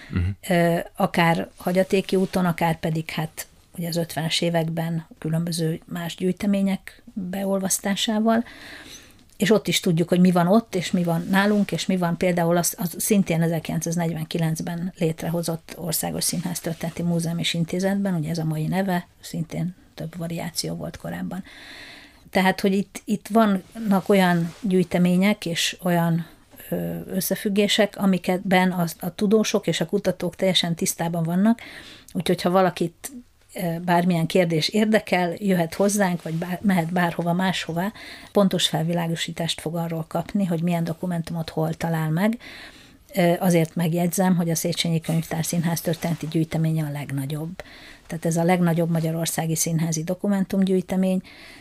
B: akár hagyatéki úton, akár pedig hát ugye az 50-es években különböző más gyűjtemények beolvasztásával, és ott is tudjuk, hogy mi van ott, és mi van nálunk, és mi van például az szintén 1949-ben létrehozott Országos Színháztörténeti Múzeum és Intézetben, ugye ez a mai neve, szintén több variáció volt korábban. Tehát, hogy itt vannak olyan gyűjtemények és olyan összefüggések, amiketben a tudósok és a kutatók teljesen tisztában vannak, úgyhogy ha valakit bármilyen kérdés érdekel, jöhet hozzánk, vagy mehet bárhova máshová, pontos felvilágosítást fog arról kapni, hogy milyen dokumentumot hol talál meg. Azért megjegyzem, hogy a Széchenyi Könyvtár színháztörténeti gyűjteménye a legnagyobb. Tehát ez a legnagyobb magyarországi színházi dokumentumgyűjtemény.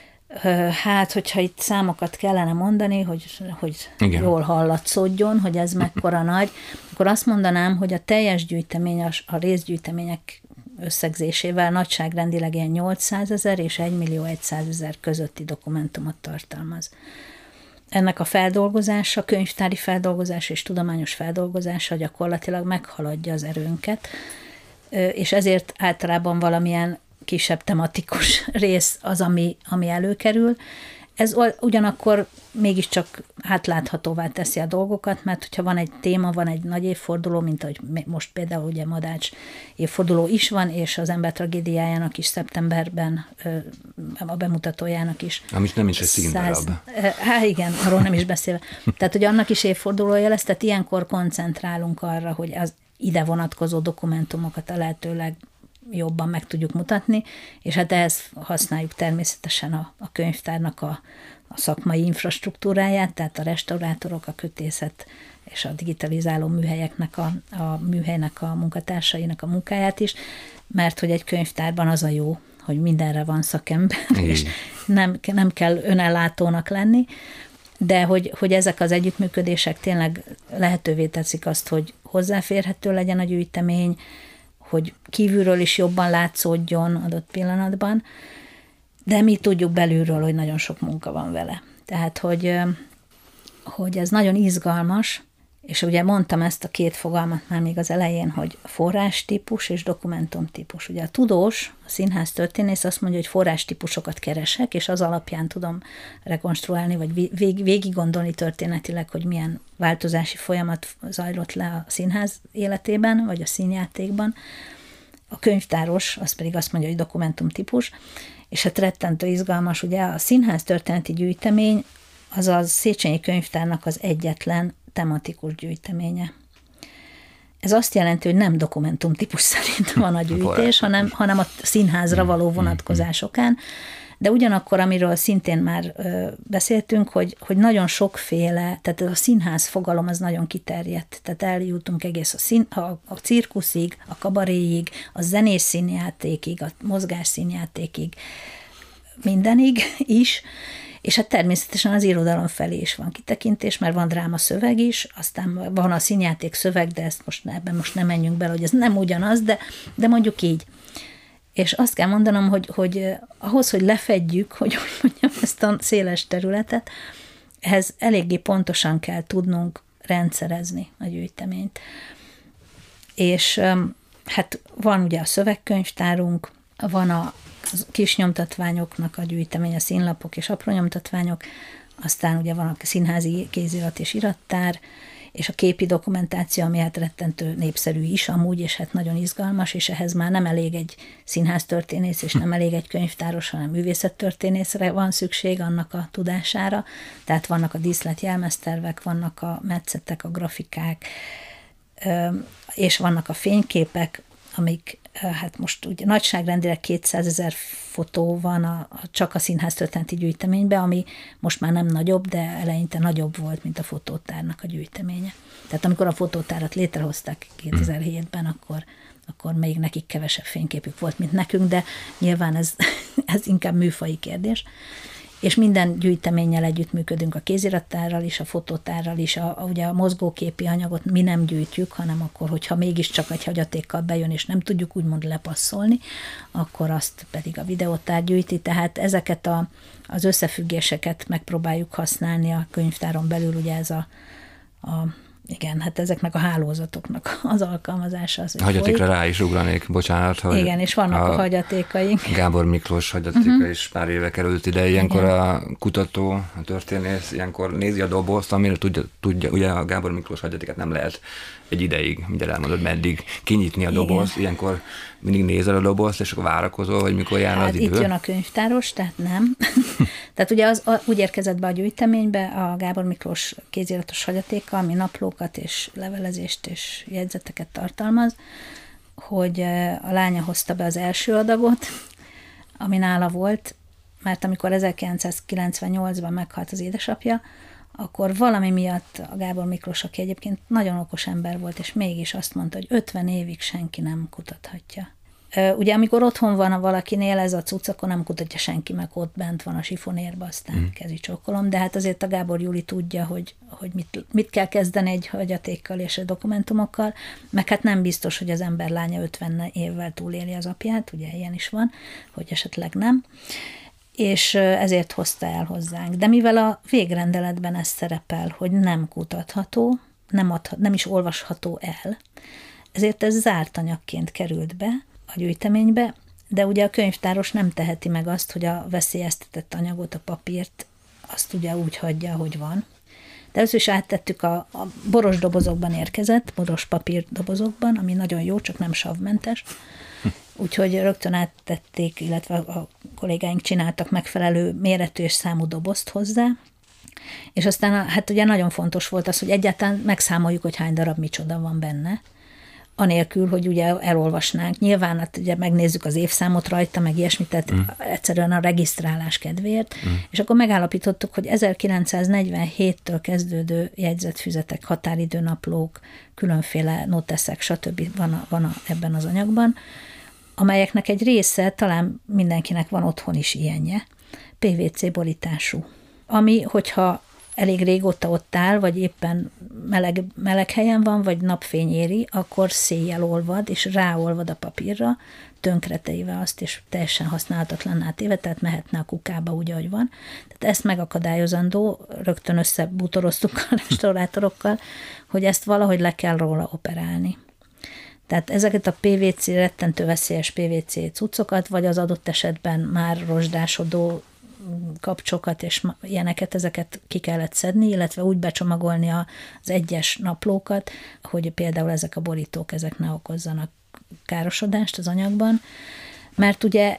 B: Hát, hogyha itt számokat kellene mondani, hogy jól hallatszódjon, hogy ez mekkora nagy, akkor azt mondanám, hogy a teljes gyűjtemény, a részgyűjtemények összegzésével nagyságrendileg ilyen 800 000 és 1 100 000 közötti dokumentumot tartalmaz. Ennek a feldolgozása, könyvtári feldolgozása és tudományos feldolgozása gyakorlatilag meghaladja az erőnket, és ezért általában valamilyen kisebb tematikus rész az, ami előkerül. Ez ugyanakkor mégiscsak átláthatóvá teszi a dolgokat, mert hogyha van egy téma, van egy nagy évforduló, mint ahogy most például ugye Madács évforduló is van, és az ember tragédiájának is szeptemberben, a bemutatójának is.
A: Ami nem is egy színdarab.
B: Hát igen, arról nem is beszélve. Tehát, hogy annak is évfordulója lesz, tehát ilyenkor koncentrálunk arra, hogy az ide vonatkozó dokumentumokat a lehetőleg jobban meg tudjuk mutatni, és hát ehhez használjuk természetesen a könyvtárnak a szakmai infrastruktúráját, tehát a restaurátorok, a kötészet és a digitalizáló műhelyeknek a műhelynek a munkatársainak a munkáját is, mert hogy egy könyvtárban az a jó, hogy mindenre van szakember, és nem kell önellátónak lenni, de hogy ezek az együttműködések tényleg lehetővé teszik azt, hogy hozzáférhető legyen a gyűjtemény, hogy kívülről is jobban látszódjon adott pillanatban, de mi tudjuk belülről, hogy nagyon sok munka van vele. Tehát, hogy ez nagyon izgalmas, és ugye mondtam ezt a két fogalmat már még az elején, hogy forrástípus és dokumentumtípus. Ugye a tudós, a színháztörténész azt mondja, hogy forrástípusokat keresek, és az alapján tudom rekonstruálni, vagy végig gondolni történetileg, hogy milyen változási folyamat zajlott le a színház életében, vagy a színjátékban. A könyvtáros, az pedig azt mondja, hogy dokumentumtípus, és hát rettentő izgalmas, ugye a színháztörténeti gyűjtemény az a Széchenyi Könyvtárnak az egyetlen tematikus gyűjteménye. Ez azt jelenti, hogy nem dokumentumtípus szerint van a gyűjtés, hanem a színházra való vonatkozásokán, de ugyanakkor, amiről szintén már beszéltünk, hogy nagyon sokféle, tehát a színház fogalom az nagyon kiterjedt, tehát eljutunk egész a cirkuszig, a kabaréig, a zenés színjátékig, a mozgásszínjátékig, mindenig is, És hát természetesen az irodalom felé is van kitekintés, mert van dráma szöveg is, aztán van a színjáték szöveg, de ebben most nem menjünk bele, hogy ez nem ugyanaz, de mondjuk így. És azt kell mondanom, hogy ahhoz, hogy lefedjük, hogy mondjam, ezt a széles területet, ehhez eléggé pontosan kell tudnunk rendszerezni a gyűjteményt. És hát van ugye a szövegkönyvtárunk, van a kis nyomtatványoknak a gyűjtemény, a színlapok és apró nyomtatványok, aztán ugye van a színházi kézirat és irattár, és a képi dokumentáció, ami hát rettentő népszerű is amúgy, és hát nagyon izgalmas, és ehhez már nem elég egy színháztörténész, és nem elég egy könyvtáros, hanem művészettörténészre van szükség annak a tudására. Tehát vannak a díszlet jelmeztervek, vannak a metszetek, a grafikák, és vannak a fényképek, amik hát most ugye nagyságrendileg 200 000 fotó van csak a színháztörténeti gyűjteményben, ami most már nem nagyobb, de eleinte nagyobb volt, mint a fotótárnak a gyűjteménye. Tehát amikor a fotótárat létrehozták 2007-ben, akkor még nekik kevesebb fényképük volt, mint nekünk, de nyilván ez inkább műfaji kérdés. És minden gyűjteménnyel együttműködünk, a kézirattárral is, a fotótárral is, ugye a mozgóképi anyagot mi nem gyűjtjük, hanem akkor, hogyha mégiscsak egy hagyatékkal bejön, és nem tudjuk úgymond lepasszolni, akkor azt pedig a videótár gyűjti, tehát ezeket az összefüggéseket megpróbáljuk használni a könyvtáron belül, ugye ez igen, hát ezeknek a hálózatoknak az alkalmazása. Az,
A: hagyatékra rá is ugranék, bocsánat. Hogy
B: igen, és vannak a hagyatékaink.
A: Gábor Miklós hagyatéka is pár éve került ide, ilyenkor igen. A kutató, a történész ilyenkor nézi a dobozt, amire tudja, ugye a Gábor Miklós hagyatékát nem lehet egy ideig, mindjárt elmondod, meddig kinyitni a dobozt, igen. Ilyenkor mindig nézel a dobozt, és akkor várakozol, hogy mikor jár az idő.
B: Itt jön a könyvtáros, tehát nem. Tehát ugye úgy érkezett be a gyűjteménybe a Gábor Miklós kéziratos hagyatéka, ami naplókat és levelezést és jegyzeteket tartalmaz, hogy a lánya hozta be az első adagot, ami nála volt, mert amikor 1998-ban meghalt az édesapja, akkor valami miatt a Gábor Miklós, aki egyébként nagyon okos ember volt, és mégis azt mondta, hogy 50 évig senki nem kutathatja. Ugye amikor otthon van valakinél ez a cucc, akkor nem kutatja senki, meg ott bent van a sifonérba, aztán kezi csókolom, de hát azért a Gábor Júli tudja, hogy mit kell kezdeni egy hagyatékkal és a dokumentumokkal, meg hát nem biztos, hogy az ember lánya 50 évvel túléli az apját, ugye ilyen is van, hogy esetleg nem, és ezért hozta el hozzánk. De mivel a végrendeletben ez szerepel, hogy nem kutatható, nem is olvasható el, ezért ez zárt anyagként került be a gyűjteménybe, de ugye a könyvtáros nem teheti meg azt, hogy a veszélyeztetett anyagot, a papírt, azt ugye úgy hagyja, hogy van. De ezt is áttettük a boros dobozokban érkezett, boros papír dobozokban, ami nagyon jó, csak nem savmentes. Úgyhogy rögtön áttették, illetve a kollégáink csináltak megfelelő méretű és számú dobozt hozzá, és aztán hát ugye nagyon fontos volt az, hogy egyáltalán megszámoljuk, hogy hány darab micsoda van benne, anélkül, hogy ugye elolvasnánk. Nyilván hát ugye megnézzük az évszámot rajta, meg ilyesmit, tehát egyszerűen a regisztrálás kedvéért, és akkor megállapítottuk, hogy 1947-től kezdődő jegyzetfüzetek, határidőnaplók, különféle noteszek, stb. van ebben az anyagban, amelyeknek egy része, talán mindenkinek van otthon is ilyenje, PVC borítású, ami, hogyha elég régóta ott áll, vagy éppen meleg helyen van, vagy napfény éri, akkor széjjel olvad, és ráolvad a papírra, tönkreteivel azt, és teljesen használhatatlanná téve, tehát mehetne a kukába úgy, ahogy van. Tehát ezt megakadályozandó, rögtön összebútoroztuk a restaurátorokkal, hogy ezt valahogy le kell róla operálni. Tehát ezeket a PVC, rettentő veszélyes PVC cuccokat, vagy az adott esetben már rozsdásodó kapcsokat és ilyeneket, ezeket ki kellett szedni, illetve úgy becsomagolni az egyes naplókat, hogy például ezek a borítók, ezek ne okozzanak károsodást az anyagban, mert ugye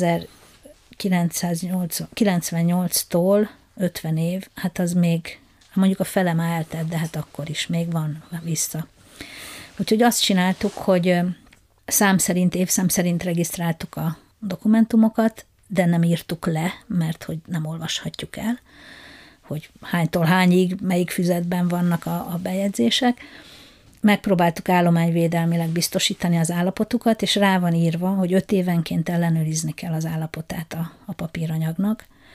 B: 1998-tól 50 év, hát az még, mondjuk a fele már eltelt, de hát akkor is még van vissza. Úgyhogy azt csináltuk, hogy évszám szerint regisztráltuk a dokumentumokat, de nem írtuk le, mert hogy nem olvashatjuk el, hogy hánytól hányig, melyik füzetben vannak a bejegyzések. Megpróbáltuk állományvédelmileg biztosítani az állapotukat, és rá van írva, hogy 5 évenként ellenőrizni kell az állapotát a papíranyagnak.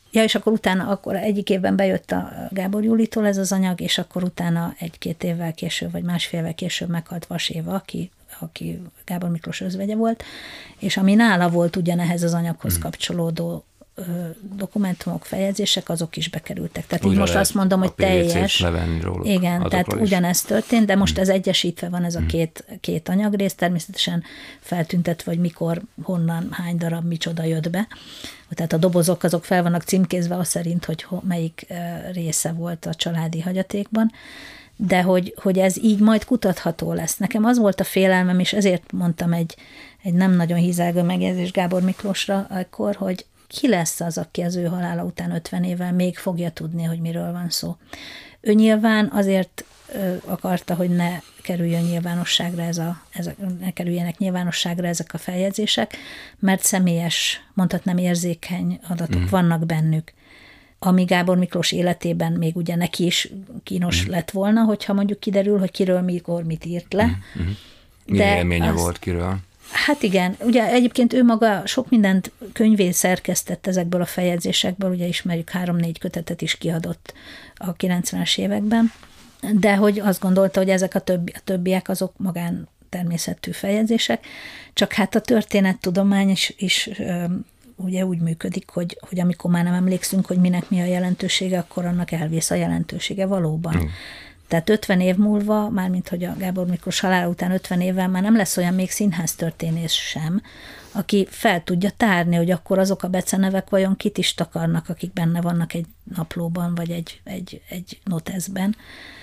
B: Ja, és akkor utána, akkor egyik évben bejött a Gábor Júlitól ez az anyag, és akkor utána 1-2 évvel később, vagy másfél évvel később meghalt Vas Éva, aki Gábor Miklós özvegye volt, és ami nála volt ugyanehhez az anyaghoz kapcsolódó dokumentumok, feljegyzések, azok is bekerültek. Tehát így most azt mondom, hogy teljes. Igen, tehát ugyanezt történt, de most ez egyesítve van ez a két anyagrész, természetesen feltüntetve, hogy mikor, honnan, hány darab, micsoda jött be. Tehát a dobozok azok fel vannak címkézve az szerint, hogy melyik része volt a családi hagyatékban, de hogy ez így majd kutatható lesz. Nekem az volt a félelmem, és ezért mondtam egy nem nagyon hízelgő megjegyzés Gábor Miklósra akkor, hogy ki lesz az, aki az ő halála után 50 évvel még fogja tudni, hogy miről van szó. Ő nyilván azért akarta, hogy ne kerüljön nyilvánosságra ne kerüljenek nyilvánosságra ezek a feljegyzések, mert személyes, mondhatnám érzékeny adatok vannak bennük. Ami Gábor Miklós életében még ugye neki is kínos lett volna, hogyha mondjuk kiderül, hogy kiről, mikor, mit írt le.
A: Milyen élménye volt kiről?
B: Hát igen, ugye egyébként ő maga sok mindent könyvé szerkesztett ezekből a feljegyzésekből, ugye ismerjük 3-4 kötetet is kiadott a 90-es években, de hogy azt gondolta, hogy ezek a többiek azok magán természetű feljegyzések, csak hát a történettudomány is ugye úgy működik, hogy amikor már nem emlékszünk, hogy minek mi a jelentősége, akkor annak elvész a jelentősége valóban. Tehát 50 év múlva, mármint hogy a Gábor Miklós halála után 50 évvel már nem lesz olyan még színháztörténész sem, aki fel tudja tárni, hogy akkor azok a becenevek vajon kit is takarnak, akik benne vannak egy naplóban, vagy egy noteszben,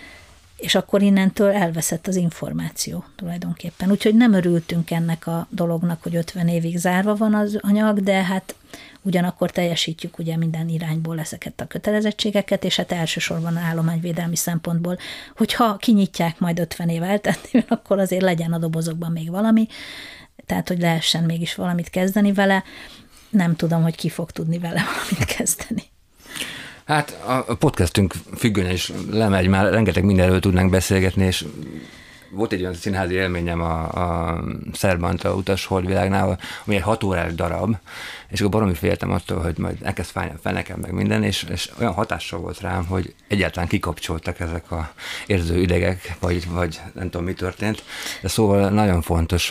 B: és akkor innentől elveszett az információ tulajdonképpen. Úgyhogy nem örültünk ennek a dolognak, hogy 50 évig zárva van az anyag, de hát ugyanakkor teljesítjük ugye minden irányból ezeket a kötelezettségeket, és hát elsősorban a állományvédelmi szempontból, hogyha kinyitják majd 50 év elteltével, akkor azért legyen a dobozokban még valami, tehát hogy lehessen mégis valamit kezdeni vele. Nem tudom, hogy ki fog tudni vele valamit kezdeni.
A: Hát a podcastünk függően is lemegy, már rengeteg mindenről tudnánk beszélgetni, és volt egy olyan színházi élményem a Szerbanta utas holdvilágnál, ami egy 6 órás darab, és akkor baromi féltem attól, hogy majd elkezd fájni a fenekem meg minden, és olyan hatással volt rám, hogy egyáltalán kikapcsoltak ezek a érző idegek, vagy nem tudom, mi történt. De szóval nagyon fontos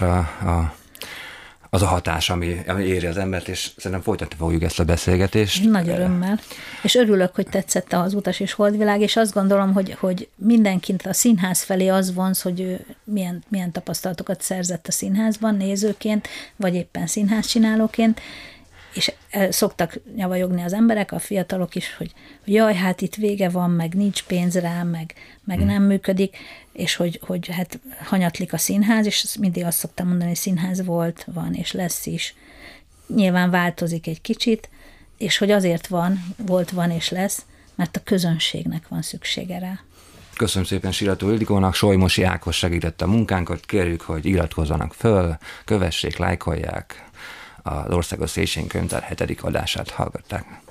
A: az a hatás, ami éri az embert, és szerintem folytatni fogjuk ezt a beszélgetést.
B: Nagy örömmel. És örülök, hogy tetszett az Utas és Holdvilág, és azt gondolom, hogy mindenkit a színház felé az vonz, hogy ő milyen tapasztalatokat szerzett a színházban nézőként, vagy éppen színházcsinálóként, és szoktak nyavajogni az emberek, a fiatalok is, hogy jaj, hát itt vége van, meg nincs pénz rá, meg nem működik, és hogy hát hanyatlik a színház, és mindig azt szoktam mondani, hogy színház volt, van, és lesz is. Nyilván változik egy kicsit, és hogy azért van és lesz, mert a közönségnek van szüksége rá.
A: Köszönöm szépen Sirató Ildikónak, Solymosi Ákos segítette a munkánkat, kérjük, hogy iratkozzanak föl, kövessék, lájkolják, az Országos Széchenyi Könyvtár 7. adását hallgatták.